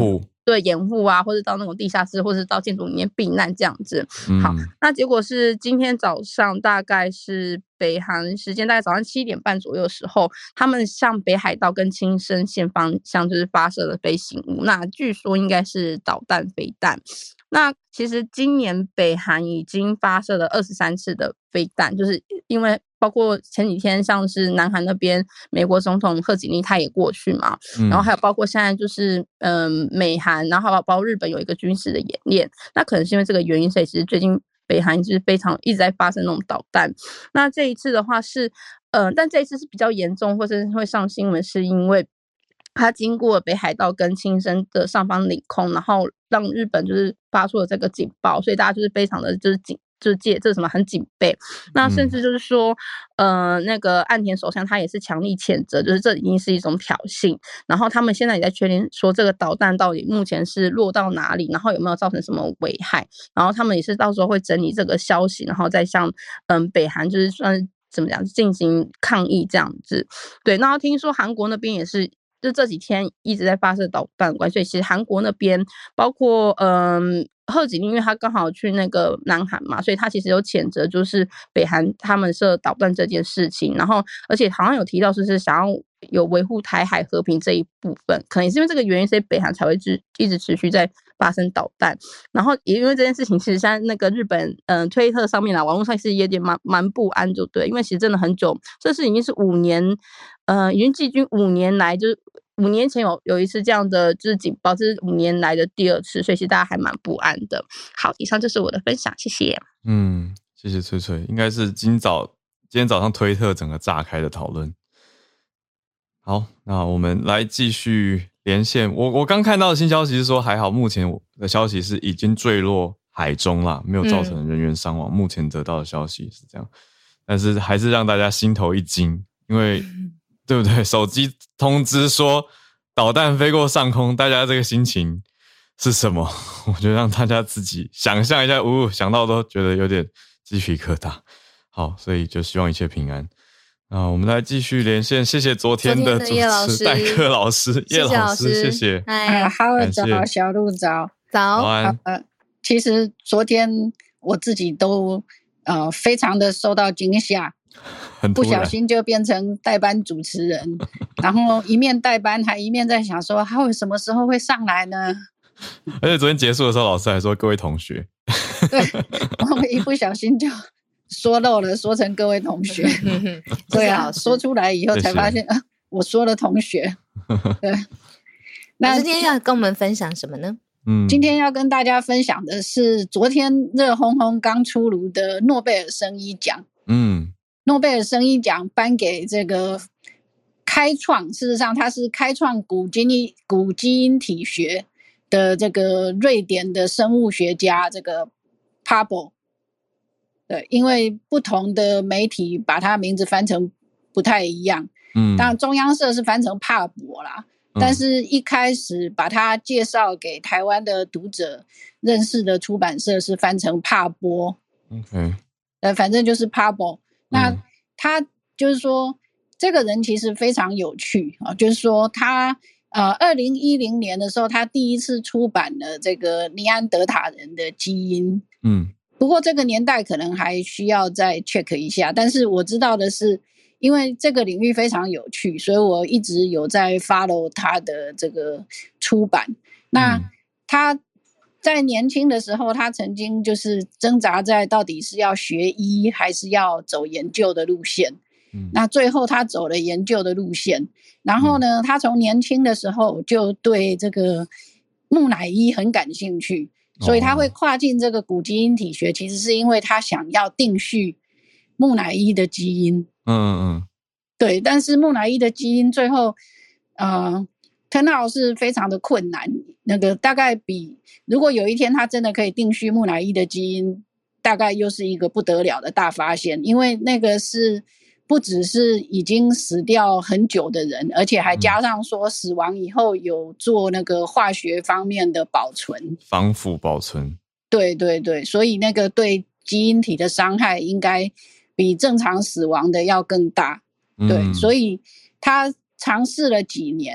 对掩护啊，或者到那种地下室，或者到建筑里面避难这样子。好， 嗯， 那结果是今天早上大概是北韩时间大概早上七点半左右的时候，他们向北海道跟青森县方向就是发射了飞行物，那据说应该是导弹飞弹。那其实今年北韩已经发射了二十三次的飞弹，就是因为包括前几天像是南韩那边美国总统贺锦丽他也过去嘛， 嗯、 然后还有包括现在就是嗯美韩，然后还有包括日本有一个军事的演练，那可能是因为这个原因，所以其实最近北韩就是非常一直在发生那种导弹。那这一次的话是呃，但这一次是比较严重或者是会上新闻，是因为它经过北海道跟青森的上方领空，然后让日本就是发出了这个警报，所以大家就是非常的就是警就是戒这什么很警备。那甚至就是说、嗯、呃，那个岸田首相他也是强力谴责，就是这已经是一种挑衅。然后他们现在也在确定说这个导弹到底目前是落到哪里，然后有没有造成什么危害。然后他们也是到时候会整理这个消息，然后再向嗯北韩就是算怎么讲进行抗议这样子。对，然后听说韩国那边也是。就这几天一直在发射导弹关，所以其实韩国那边包括嗯贺锦丽，因为他刚好去那个南韩嘛，所以他其实有谴责就是北韩他们射导弹这件事情，然后而且好像有提到就是想要有维护台海和平这一部分，可能也是因为这个原因，所以北韩才会一直持续在发生导弹。然后也因为这件事情，其实现在那个日本嗯、呃、推特上面啊，网络上是有点蛮蛮不安，就对，因为其实真的很久，这事已经是五年，呃，已经季军五年来就是。五年前有有一次这样的就是警报，这是五年来的第二次，所以其实大家还蛮不安的。好，以上就是我的分享，谢谢。 嗯，谢谢翠翠，应该是今早今天早上推特整个炸开的讨论。好，那我们来继续连线。我我刚看到的新消息是说，还好目前的消息是已经坠落海中啦，没有造成人员伤亡。嗯、目前得到的消息是这样，但是还是让大家心头一惊，因为。嗯对不对？手机通知说导弹飞过上空，大家这个心情是什么？我觉得让大家自己想象一下，呜、呃，想到都觉得有点鸡皮疙瘩。好，所以就希望一切平安。那我们来继续连线，谢谢昨天的主持代课老师叶老师，谢谢。 哎，哈尔早，小鹿早， 早安。呃，其实昨天我自己都呃非常的受到惊吓。不小心就变成代班主持人，然后一面代班还一面在想说他会什么时候会上来呢？ 而且昨天结束的时候老师还说各位同学， 对，我一不小心就说漏了，说成各位同学。对啊，说出来以后才发现啊，我说了同学。对， 那今天要跟我们分享什么呢？ 嗯，今天要跟大家分享的是昨天热烘烘刚出炉的诺贝尔生医奖。嗯。诺贝尔生医奖颁给这个开创，事实上他是开创古基因古基因体学的这个瑞典的生物学家，这个 Pablo。对，因为不同的媒体把他名字翻成不太一样，嗯，当然中央社是翻成帕博啦，嗯，但是一开始把他介绍给台湾的读者认识的出版社是翻成帕波。OK， 呃，反正就是 Pablo。那他就是说，这个人其实非常有趣啊，就是说他呃，二零一零年的时候，他第一次出版了这个尼安德塔人的基因。嗯，不过这个年代可能还需要再 check 一下。但是我知道的是，因为这个领域非常有趣，所以我一直有在 follow 他的这个出版。那他在年轻的时候，他曾经就是挣扎在到底是要学医还是要走研究的路线。嗯，那最后他走了研究的路线。然后呢，他从年轻的时候就对这个木乃伊很感兴趣，所以他会跨进这个古基因体学，其实是因为他想要定序木乃伊的基因。嗯嗯，对，但是木乃伊的基因最后呃turn out是非常的困难，那个大概比如果有一天他真的可以定序木乃伊的基因，大概又是一个不得了的大发现，因为那个是不只是已经死掉很久的人，而且还加上说死亡以后有做那个化学方面的保存， 防腐保存。 对对对，所以那个对基因体的伤害应该比正常死亡的要更大。对，嗯，所以他尝试了几年，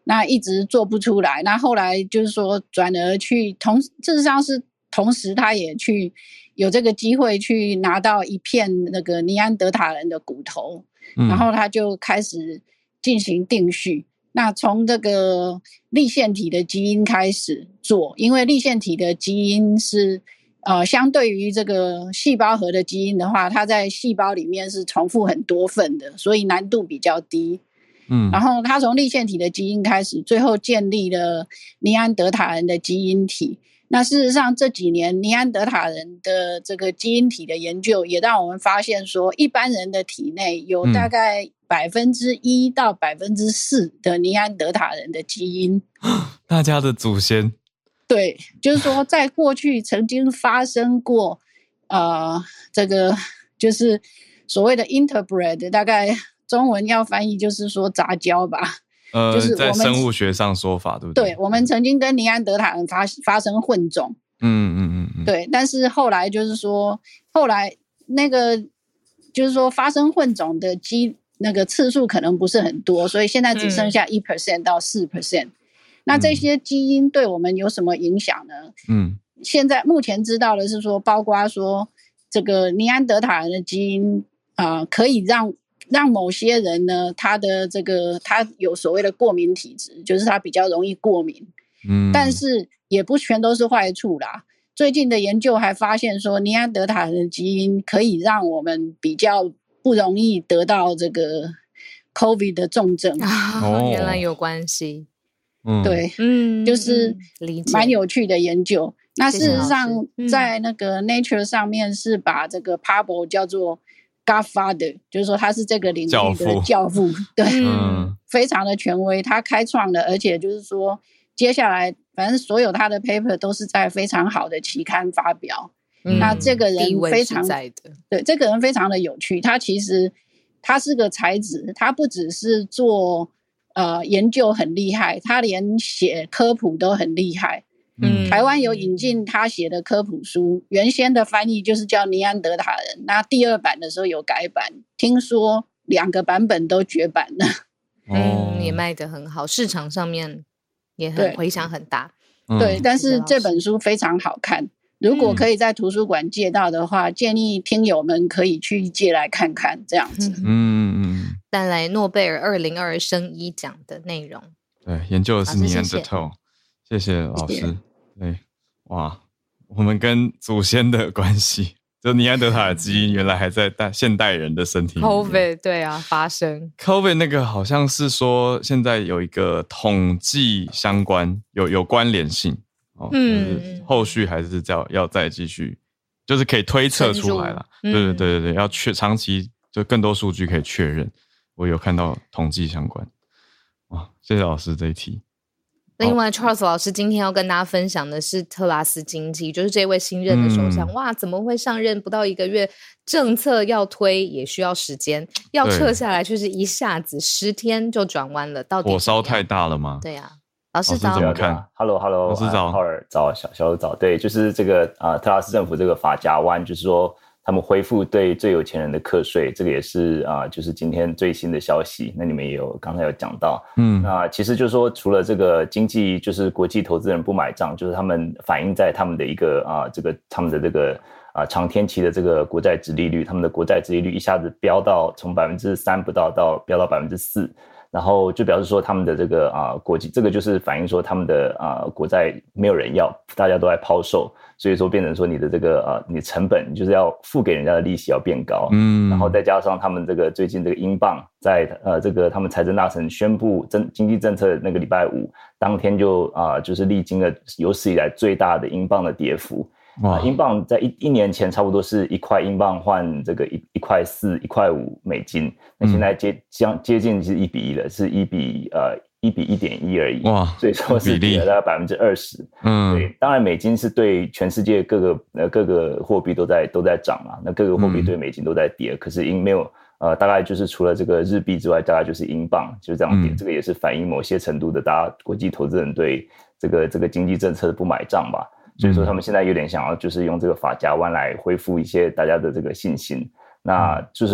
那一直做不出来，那后来就是说转而去同事实上是同时他也去有这个机会去拿到一片那个尼安德塔人的骨头，嗯、然后他就开始进行定序。那从这个粒线体的基因开始做，因为粒线体的基因是呃相对于这个细胞核的基因的话，它在细胞里面是重复很多份的，所以难度比较低。嗯，然后他从粒线体的基因开始，最后建立了尼安德塔人的基因体。那事实上这几年尼安德塔人的这个基因体的研究也让我们发现说，一般人的体内有大概百分之一到百分之四的尼安德塔人的基因， 大家的祖先。 对，就是说在过去曾经发生过呃这个就是所谓的 interbred， 大概中文要翻译就是说杂交吧， 呃， 就是在生物学上说法，对不对？ 对，我们曾经跟尼安德塔人发发生混种， 嗯嗯嗯嗯， 对，但是后来就是说，后来那个就是说发生混种的机那个次数可能不是很多，所以现在只剩下 百分之一 到 百分之四。那这些基因对我们有什么影响呢？嗯，现在目前知道的是说，包括说这个尼安德塔人的基因啊、呃，可以让让某些人呢，他的这个他有所谓的过敏体质，就是他比较容易过敏。嗯，但是也不全都是坏处啦。最近的研究还发现说，尼安德塔人的基因可以让我们比较不容易得到这个 COVID 的重症。 哦，原来有关系。 嗯，对，嗯，就是蛮有趣的研究。那事实上，在那个 Nature 上面是把这个 Pablo 叫做 Godfather， 就是说他是这个领域的教父，对，嗯，非常的权威，他开创的，而且就是说接下来反正所有他的 paper 都是在非常好的期刊发表。嗯、那这个人非常对，这个人非常的有趣，他其实他是个才子，他不只是做呃研究很厉害，他连写科普都很厉害。嗯，台湾有引进他写的科普书，原先的翻译就是叫尼安德塔人，那第二版的时候有改版，听说两个版本都绝版了。 嗯，也卖得很好，市场上面也很回响很大。 对，嗯、但是这本书非常好看，如果可以在图书馆借到的话，嗯、建议听友们可以去借来看看，这样子。 嗯嗯， 带来诺贝尔二零二二生医奖的内容。 对，研究的是尼安德特，谢谢老师。谢谢对，哇，我们跟祖先的关系，就尼安德塔的基因原来还在代现代人的身体里面。 COVID 对啊，发生 COVID 那个好像是说现在有一个统计相关有有关联性哦，嗯，就是后续还是要要再继续，就是可以推测出来了。对对对对对，要确长期就更多数据可以确认。我有看到统计相关，哇，谢谢老师这一题。 另外 Charles 老师今天要跟大家分享的是特拉斯经济，就是这位新任的首相、嗯、哇，怎么会上任不到一个月，政策要推也需要时间，要撤下来就是一下子十天就转弯了，到底火烧太大了吗？ 对啊，老师早， 怎么看 ？Hello Hello， 老师早， 浩尔早，小小早，对，就是这个啊、呃，特拉斯政府这个法夹湾，就是说他们恢复对最有钱人的课税，这个也是啊、呃，就是今天最新的消息。那你们也有刚才有讲到，嗯，那其实就是说，除了这个经济，就是国际投资人不买账，就是他们反映在他们的一个啊、呃，这个他们的这个啊、呃、长天期的这个国债殖利率，他们的国债殖利率一下子飙到从百分之三不到到飙到百分之四。然后就表示说他们的这个啊、呃、国际，这个就是反映说他们的啊、呃、国债没有人要，大家都在抛售，所以说变成说你的这个呃你成本就是要付给人家的利息要变高，嗯，然后再加上他们这个最近这个英镑在呃这个他们财政大臣宣布政经济政策那个礼拜五当天就啊、呃、就是历经了有史以来最大的英镑的跌幅。啊，英镑在一一年前差不多是一块英镑换这个一一块四、一块五美金，那现在接将接近是一比一了，是一比呃一比一点一而已。哇，所以说是跌了大概百分之二十。嗯，对，当然美金是对全世界各个呃各个货币都在都在涨嘛，那各个货币对美金都在跌，嗯、可是英没有呃大概就是除了这个日币之外，大概就是英镑就这样跌，嗯、这个也是反映某些程度的大家国际投资人对这个这个经济政策的不买账吧。所以说他们现在有点想要就是用这个法夹湾来恢复一些大家的这个信心，那就是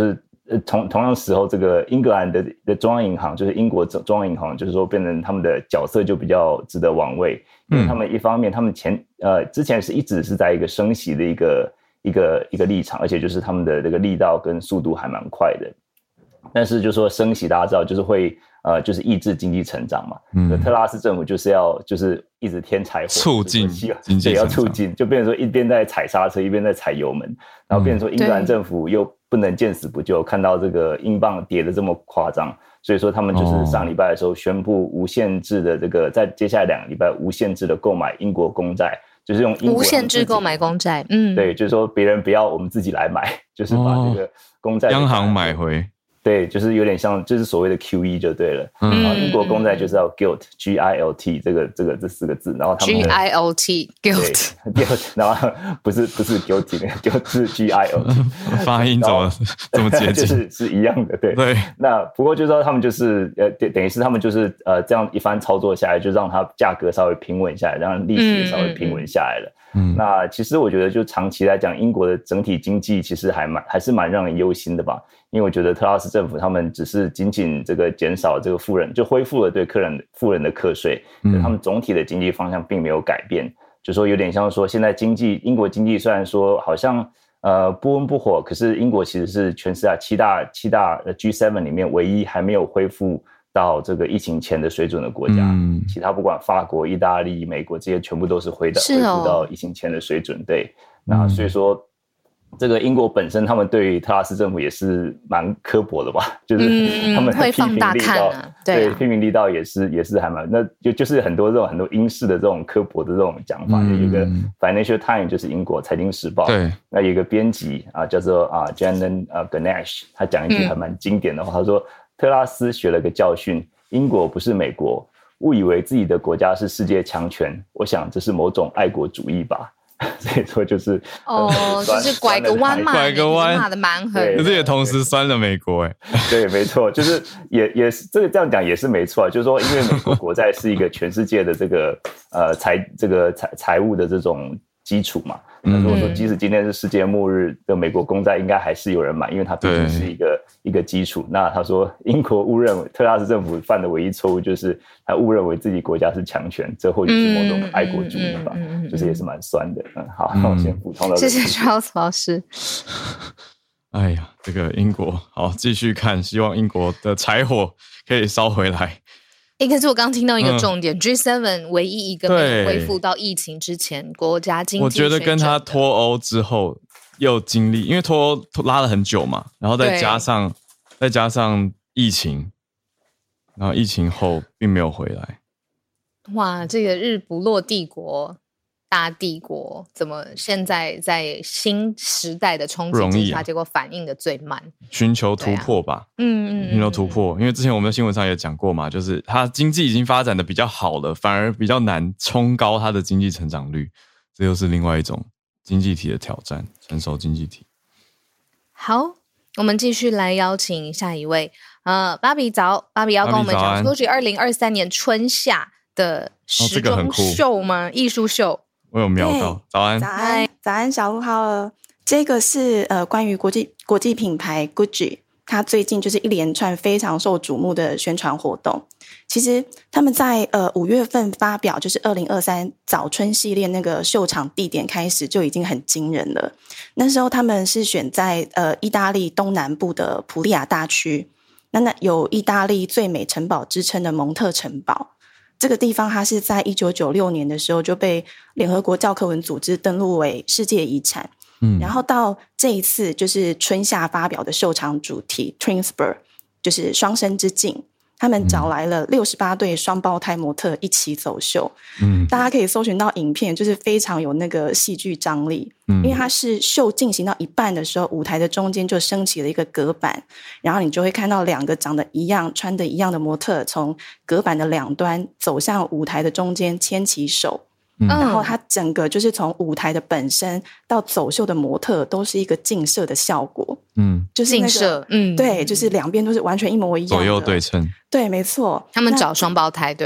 呃同同样时候，这个英格兰的的中央银行就是英国中央银行，就是说变成他们的角色就比较值得玩味，因为他们一方面他们前呃之前是一直是在一个升息的一个一个一个立场，而且就是他们的这个力道跟速度还蛮快的，但是就说升息大家知道就是会呃就是抑制经济成长嘛，嗯，特拉斯政府就是要就是一直添柴火， 促进经济成长， 要促进，就变成说一边在踩刹车一边在踩油门，然后变成说英格兰政府又不能见死不救，看到这个英镑跌得这么夸张，所以说他们就是上礼拜的时候宣布无限制的这个在接下来两个礼拜无限制的购买英国公债，就是用英国无限制购买公债，嗯， 对，就是说别人不要，我们自己来买，就是把这个公债、 哦、央行买回， 对，就是有点像，就是所谓的 Q E 就对了。嗯，然后英国公债就是要 gilt G I L T 这个这个这四个字，然后他们 G I L T gilt gilt， 然后不是不是 guilty 那个 gilt 是 G I L T， 发音怎么这么接近？ 就是是一样的，对对。那不过就是说他们就是呃等于是他们就是呃这样一番操作下来，就让它价格稍微平稳下来，让利息也稍微平稳下来了。嗯，那其实我觉得就长期来讲，英国的整体经济其实还蛮还是蛮让人忧心的吧。因为我觉得特拉斯政府他们只是仅仅这个减少这个富人，就恢复了对客人富人的课税，嗯，他们总体的经济方向并没有改变，就说有点像说现在经济英国经济虽然说好像呃不温不火，可是英国其实是全世界七大七大 G 七 里面唯一还没有恢复到这个疫情前的水准的国家，嗯，其他不管法国、意大利、美国这些全部都是回到、哦、恢复到疫情前的水准，对，那所以说。这个英国本身，他们对于特拉斯政府也是蛮刻薄的吧？就是他们的批评力道， 嗯啊、对, 对批评力道也是也是还蛮，那就就是很多这种很多英式的这种刻薄的这种讲法。嗯、有一个 Financial Times 就是英国财经时报， 对， 那有一个编辑啊叫做啊 Janan 啊 Ganesh， 他讲一句还蛮经典的话，嗯、他说特拉斯学了个教训，英国不是美国，误以为自己的国家是世界强权，我想这是某种爱国主义吧。所以说就是哦，就是拐个弯嘛， 拐个弯骂的蛮狠， 可是也同时酸了美国哎， 对，没错，就是也也是这个这样讲也是没错啊，就是说因为美国国债是一个全世界的这个呃财这个财财务的这种基础嘛，那如果说即使今天是世界末日的美国公债，应该还是有人买，因为它毕竟是一个一个基础。那他说英国误认为特拉斯政府犯的唯一错误就是他误认为自己国家是强权，这或许是某种爱国主义吧，嗯嗯嗯嗯、就是也是蛮酸的。嗯，好，那我先补充到这里。 谢谢 Charles 老师。 哎呀，这个英国好继续看，希望英国的柴火可以烧回来。 欸，可是我刚听到一个重点，嗯、G 七 唯一一个没有恢复到疫情之前国家经济， 我觉得跟他脱欧之后又经历，因为脱欧拉了很久嘛，然后再加上再加上疫情，然后疫情后并没有回来。 哇，这个日不落帝国大帝国怎么现在在新时代的冲击之下，啊、结果反应的最慢？ 寻求突破吧，啊、嗯嗯，寻求突破。因为之前我们在新闻上也讲过嘛，就是它经济已经发展的比较好了，反而比较难冲高它的经济成长率，这又是另外一种经济体的挑战，成熟经济体。 好，我们继续来邀请下一位，呃，芭比早，芭比要跟我们讲 Gucci 二零二三年春夏的时装秀吗？艺术秀。 我有瞄到，早安， 早安，早安，小鹿好了。这个是呃关于国际国际品牌 Gucci， 它最近就是一连串非常受瞩目的宣传活动。其实他们在呃五月份发表，就是二零二三早春系列那个秀场地点开始就已经很惊人了。那时候他们是选在呃意大利东南部的普利亚大区，那那有意大利最美城堡之称的蒙特城堡。这个地方它是在一九九六年的时候就被联合国教科文组织登录为世界遗产。嗯，然后到这一次就是春夏发表的秀场主题 Twinsburg， 就是双生之境，他们找来了六十八对双胞胎模特一起走秀。嗯，大家可以搜寻到影片，就是非常有那个戏剧张力。嗯，因为它是秀进行到一半的时候，舞台的中间就升起了一个隔板，然后你就会看到两个长得一样、穿得一样的模特从隔板的两端走向舞台的中间，牵起手。嗯，然后它整个就是从舞台的本身到走秀的模特都是一个镜摄的效果。嗯，就是那个镜摄，嗯， 对，就是两边都是完全一模一样的， 左右对称。 对，没错。 他们找双胞胎对吧？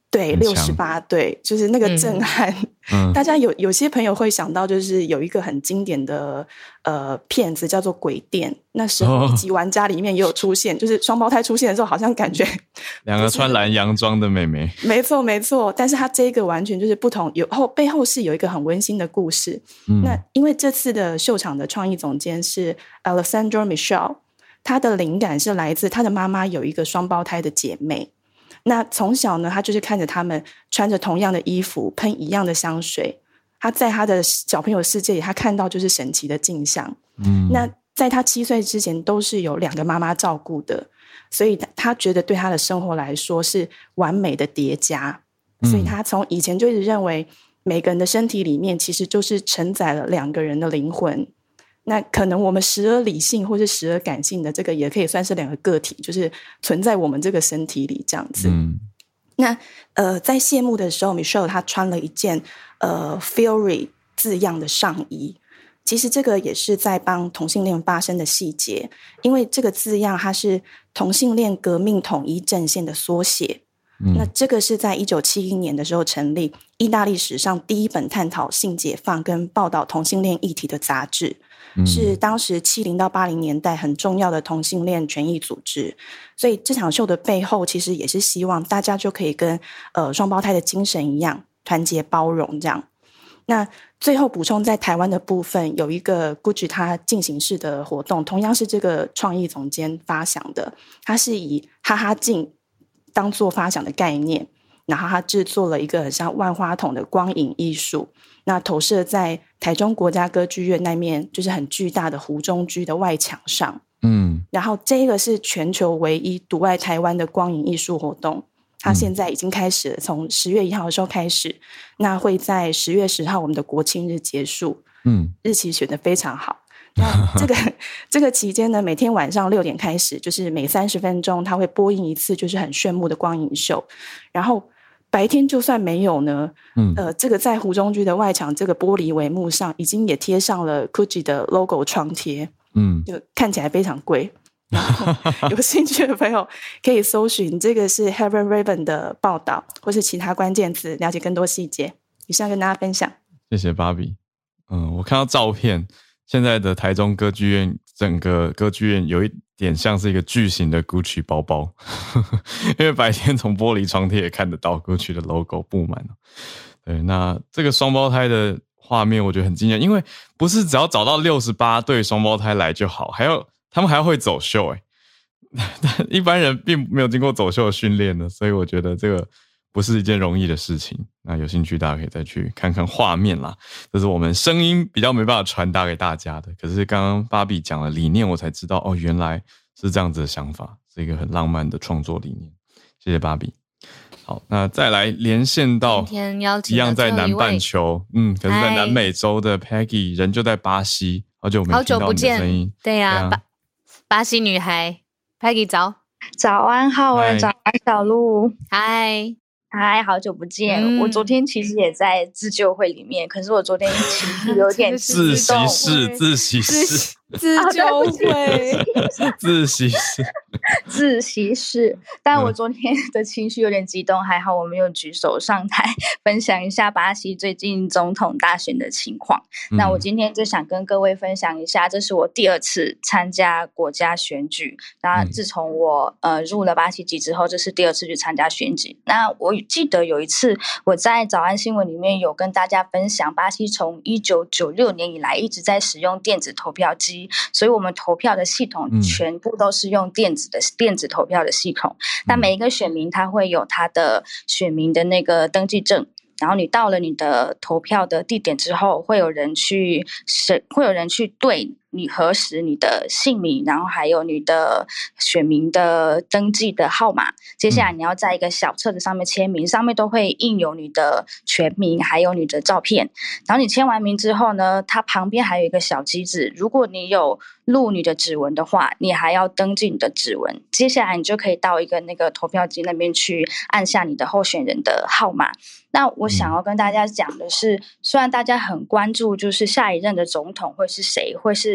对，六十八对，就是那个震撼。嗯、大家有有些朋友会想到，就是有一个很经典的呃片子叫做《鬼店》，那时候一级玩家里面也有出现，哦、就是双胞胎出现的时候，好像感觉两个穿蓝洋装的妹妹。 没错没错，但是它这个完全就是不同，有后背后是有一个很温馨的故事。嗯、那因为这次的秀场的创意总监是 Alessandro Michel， 他的灵感是来自他的妈妈有一个双胞胎的姐妹。那从小呢，他就是看着他们穿着同样的衣服，喷一样的香水。他在他的小朋友世界里，他看到就是神奇的镜像。嗯，那在他七岁之前，都是有两个妈妈照顾的，所以他觉得对他的生活来说是完美的叠加。所以他从以前就一直认为，每个人的身体里面其实就是承载了两个人的灵魂。那可能我们时而理性或是时而感性的这个也可以算是两个个体，就是存在我们这个身体里这样子。嗯、那呃，在谢幕的时候 Michel 他穿了一件呃 Fury 字样的上衣，其实这个也是在帮同性恋发声的细节，因为这个字样它是同性恋革命统一阵线的缩写。嗯、那这个是在一九七一年的时候成立，意大利史上第一本探讨性解放跟报道同性恋议题的杂志。是当时七零到八零年代很重要的同性恋权益组织，所以这场秀的背后其实也是希望大家就可以跟呃双胞胎的精神一样团结包容这样。那最后补充在台湾的部分，有一个 Gucci 它进行式的活动，同样是这个创意总监发想的，它是以哈哈镜当作发想的概念，然后他制作了一个很像万花筒的光影艺术，那投射在台中国家歌剧院那面就是很巨大的湖中居的外墙上。嗯，然后这个是全球唯一独爱台湾的光影艺术活动，它现在已经开始了，从十月一号的时候开始，那会在十月十号我们的国庆日结束。嗯，日期选得非常好。那这个这个期间呢，每天晚上六点开始，就是每三十分钟它会播映一次，就是很炫目的光影秀。然后白天就算没有呢，嗯，呃，这个在湖中居的外墙这个玻璃帷幕上，已经也贴上了 Gucci 的 logo 窗贴，嗯，就看起来非常贵。然后有兴趣的朋友可以搜寻这个是 Heaven Raven 的报道，或是其他关键词，了解更多细节。以上跟大家分享。谢谢芭比。嗯，我看到照片，现在的台中歌剧院整个歌剧院有一点像是一个巨型的 Gucci 包包，因为白天从玻璃窗贴也看得到 Gucci 的 logo 布满了。对，那这个双胞胎的画面我觉得很惊艳，因为不是只要找到六十八对双胞胎来就好，还有他们还要会走秀诶，但一般人并没有经过走秀的训练的，所以我觉得这个不是一件容易的事情。那有兴趣大家可以再去看看画面啦，这是我们声音比较没办法传达给大家的，可是刚刚芭比讲了理念，我才知道哦，原来是这样子的想法，是一个很浪漫的创作理念。谢谢芭比。好，那再来连线到一样在南半球，嗯，可是在南美洲的 Peggy 人就在巴西，好久没听到你的声音。 对呀、啊，巴巴西女孩 Peggy 早。 早安浩文，早安小鹿， 嗨嗨，好久不见、嗯！我昨天其实也在自救会里面，可是我昨天情绪有点自习室，自习室， 自救会， 自习室， 自习室。但我昨天的情绪有点激动，还好我没有举手上台分享一下巴西最近总统大选的情况。嗯、那我今天就想跟各位分享一下，这是我第二次参加国家选举。那自从我呃入了巴西籍之后，这是第二次去参加选举。那我记得有一次我在早安新闻里面有跟大家分享，巴西从一九九六年以来一直在使用电子投票机，所以我们投票的系统全部都是用电子的、嗯、电子投票的系统。那每一个选民他会有他的选民的那个登记证，然后你到了你的投票的地点之后，会有人去会有人去对你核实你的姓名，然后还有你的选民的登记的号码。接下来你要在一个小册子上面签名，上面都会印有你的全名还有你的照片。然后你签完名之后呢，它旁边还有一个小机子，如果你有录你的指纹的话，你还要登记你的指纹。接下来你就可以到一个那个投票机那边去按下你的候选人的号码。那我想要跟大家讲的是，虽然大家很关注就是下一任的总统会是谁，会是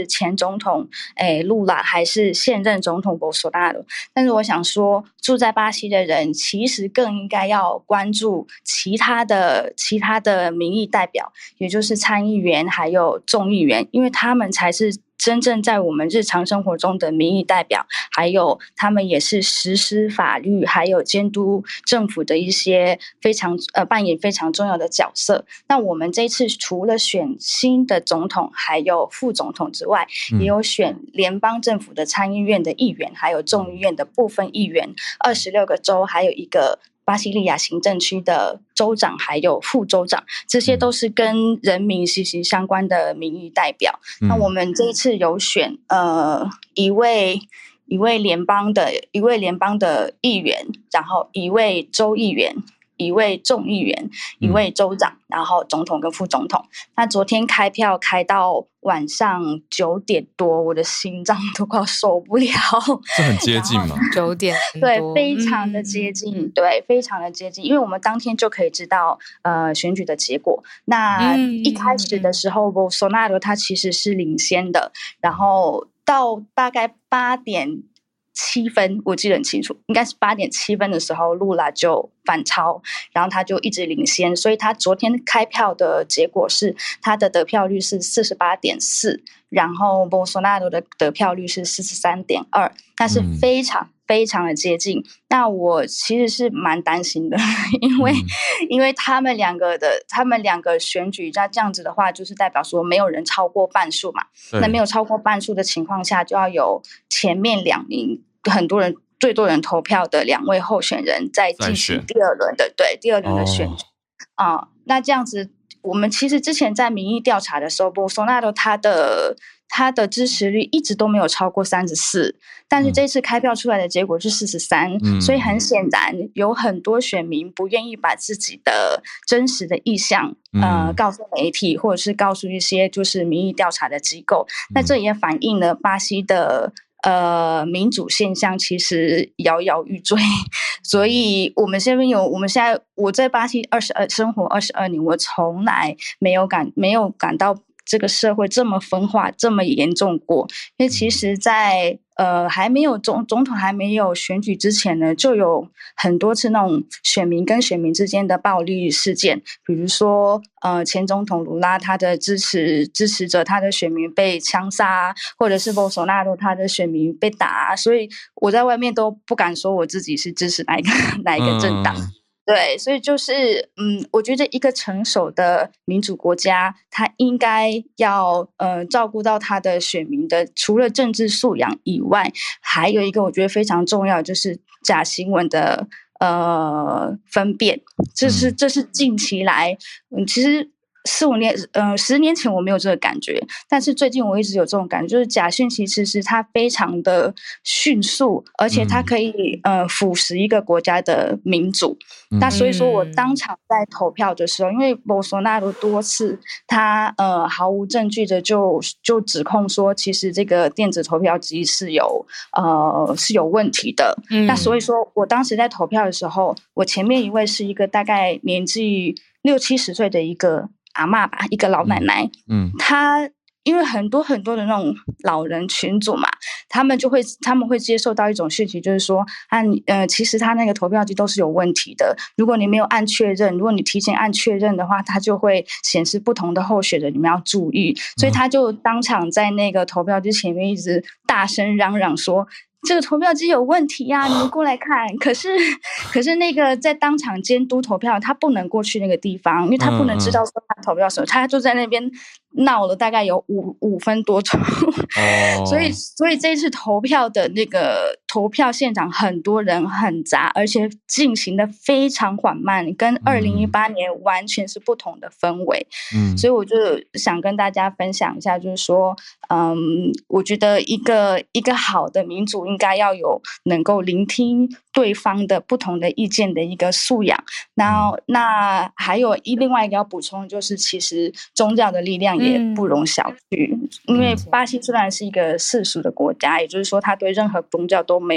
是前总统诶卢拉还是现任总统博索纳罗，但是我想说住在巴西的人其实更应该要关注其他的其他的民意代表，也就是参议员还有众议员，因为他们才是真正在我们日常生活中的民意代表，还有他们也是实施法律还有监督政府的一些非常呃扮演非常重要的角色。那我们这一次除了选新的总统还有副总统之外，嗯、也有选联邦政府的参议院的议员还有众议院的部分议员，二十六个州还有一个巴西利亚行政区的州长还有副州长，这些都是跟人民息息相关的民意代表。嗯、那我们这一次有选呃一位一位联邦的一位联邦的议员，然后一位州议员，一位众议员，一位州长，然后总统跟副总统。那昨天开票开到晚上九点多，我的心脏都快受不了。 这很接近吗？ 九点对，非常的接近，嗯、对，非常的接近，因为我们当天就可以知道呃选举的结果。那一开始的时候，博索纳罗他其实是领先的，然后到大概八点七分，我记得很清楚，应该是八点七分的时候，卢拉就反超，然后他就一直领先，所以他昨天开票的结果是他的得票率是 四十八点四， 然后博索纳罗的得票率是 四十三点二， 那是非常、嗯、非常的接近。那我其实是蛮担心的，因为、嗯、因为他们两个的他们两个选举，那这样子的话就是代表说没有人超过半数嘛，那没有超过半数的情况下，就要有前面两名很多人最多人投票的两位候选人再进行第二轮的对第二轮的选举啊、哦呃。那这样子，我们其实之前在民意调查的时候，博索纳罗他的他的支持率一直都没有超过三十四，但是这次开票出来的结果是四十三，所以很显然有很多选民不愿意把自己的真实的意向呃告诉媒体，或者是告诉一些就是民意调查的机构。那这也反映了巴西的呃，民主现象其实摇摇欲坠，所以我们这边有，我们现在我在巴西二十二生活二十二年，我从来没有感没有感到这个社会这么分化这么严重过。因为其实在呃还没有总总统还没有选举之前呢，就有很多次那种选民跟选民之间的暴力事件，比如说呃前总统卢拉他的支持支持者他的选民被枪杀，或者是博索纳罗他的选民被打，所以我在外面都不敢说我自己是支持哪一个哪一个政党。嗯对，所以就是嗯，我觉得一个成熟的民主国家，他应该要呃照顾到他的选民的，除了政治素养以外，还有一个我觉得非常重要，就是假新闻的呃分辨。这是这是近期来，嗯，其实。四五年，呃，十年前我没有这个感觉，但是最近我一直有这种感觉，就是假讯息其实它非常的迅速，而且它可以、嗯、呃腐蚀一个国家的民主。嗯、那所以说我当场在投票的时候，因为博索纳罗多次他呃毫无证据的就就指控说，其实这个电子投票机是有呃是有问题的。嗯、那所以说我当时在投票的时候，我前面一位是一个大概年纪六七十岁的一个阿嬷吧，一个老奶奶，嗯，她因为很多很多的那种老人群组嘛，他们就会他们会接受到一种讯息，就是说，啊，呃，其实他那个投票机都是有问题的。如果你没有按确认，如果你提前按确认的话，它就会显示不同的候选人，你们要注意。所以他就当场在那个投票机前面一直大声嚷嚷说，这个投票机有问题呀、啊，你们过来看。可是，可是那个在当场监督投票，他不能过去那个地方，因为他不能知道说他投票什么，他就在那边闹了大概有五五分多钟。哦、所以，所以这一次投票的那个投票现场很多人很杂，而且进行的非常缓慢，跟二零一八年完全是不同的氛围。嗯，所以我就想跟大家分享一下，就是说，嗯，我觉得一个一个好的民主应该要有能够聆听对方的不同的意见的一个素养。然后，那还有一另外一个要补充，就是其实宗教的力量也不容小觑。嗯、因为巴西虽然是一个世俗的国家，也就是说，他对任何宗教都没有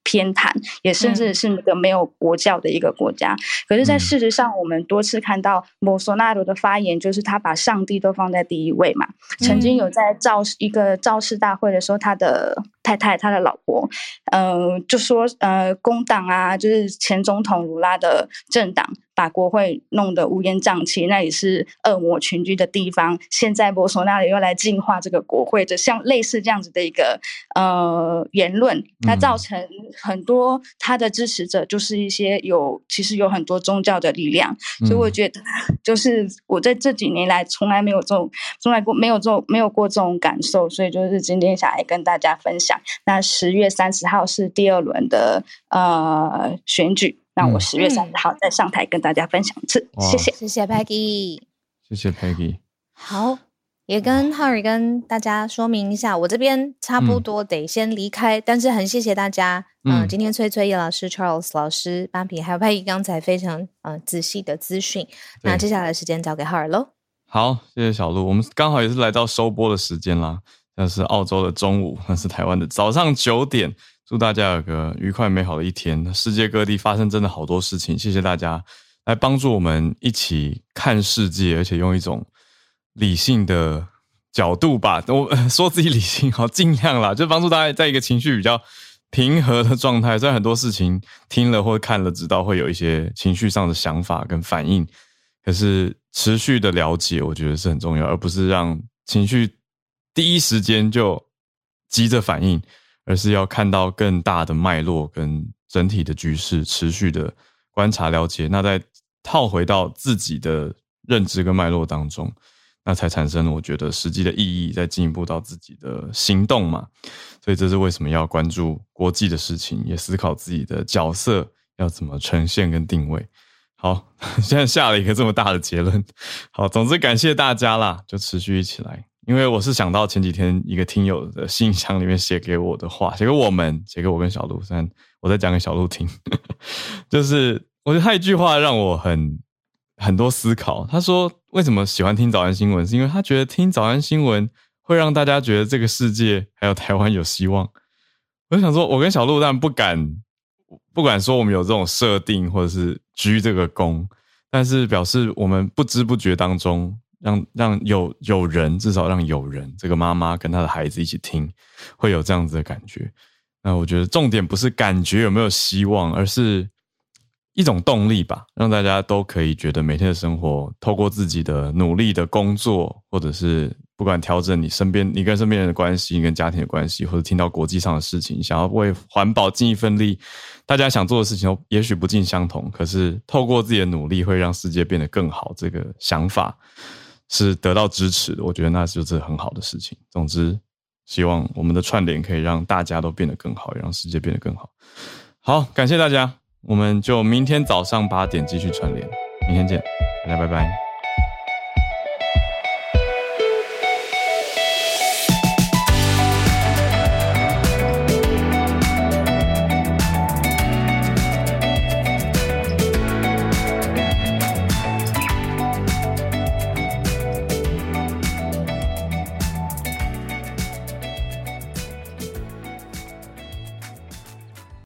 偏袒，也甚至是那个没有国教的一个国家。可是在事实上我们多次看到博索纳罗的发言，就是他把上帝都放在第一位嘛。曾经有在造一个造势大会的时候，他的太太他的老婆呃就说呃工党啊，就是前总统鲁拉的政党把国会弄得乌烟瘴气，那里是恶魔群居的地方。现在博索纳罗又来净化这个国会，就像类似这样子的一个呃言论，那造成很多他的支持者就是一些有其实有很多宗教的力量，所以我觉得就是我在这几年来从来没有这种从来过没有这种没有过这种感受，所以就是今天想来跟大家分享。那十月三十号是第二轮的呃选举。那我十月三十号再上台跟大家分享一次，嗯、谢谢， 谢谢 Peggy， 谢谢 Peggy。 好，也跟浩尔跟大家说明一下，我这边差不多得先离开，嗯、但是很谢谢大家，嗯、呃，今天翠翠叶老师、Charles 老师、芭比还有 Peggy 刚才非常呃仔细的资讯，那接下来的时间交给浩尔喽。 好，谢谢小鹿，我们刚好也是来到收播的时间啦，那是澳洲的中午，那是台湾的早上九点。祝大家有个愉快美好的一天。世界各地发生真的好多事情，谢谢大家来帮助我们一起看世界，而且用一种理性的角度吧。我说自己理性好，尽量啦，就帮助大家在一个情绪比较平和的状态。虽然很多事情听了或看了知道会有一些情绪上的想法跟反应，可是持续的了解我觉得是很重要，而不是让情绪第一时间就急着反应，而是要看到更大的脉络跟整体的局势，持续的观察了解，那再套回到自己的认知跟脉络当中，那才产生我觉得实际的意义，再进一步到自己的行动嘛。所以这是为什么要关注国际的事情，也思考自己的角色要怎么呈现跟定位。好，现在下了一个这么大的结论。好，总之感谢大家啦，就持续一起来。因为我是想到前几天一个听友的信箱里面写给我的话，写给我们，写给我跟小鹿，虽然我在讲给小鹿听，就是我觉得他一句话让我很很多思考。他说为什么喜欢听早安新闻，是因为他觉得听早安新闻会让大家觉得这个世界还有台湾有希望。我就想说，我跟小鹿当然不敢不敢说我们有这种设定或者是居这个功，但是表示我们不知不觉当中让让有有人，至少让有人，这个妈妈跟她的孩子一起听，会有这样子的感觉。那我觉得重点不是感觉有没有希望，而是一种动力吧，让大家都可以觉得每天的生活透过自己的努力的工作，或者是不管调整你身边你跟身边人的关系，跟家庭的关系，或者听到国际上的事情，想要为环保尽一份力，大家想做的事情也许不尽相同，可是透过自己的努力会让世界变得更好，这个想法是得到支持的，我觉得那就是很好的事情。总之希望我们的串联可以让大家都变得更好，也让世界变得更好。好，感谢大家，我们就明天早上八点继续串联，明天见，大家拜拜。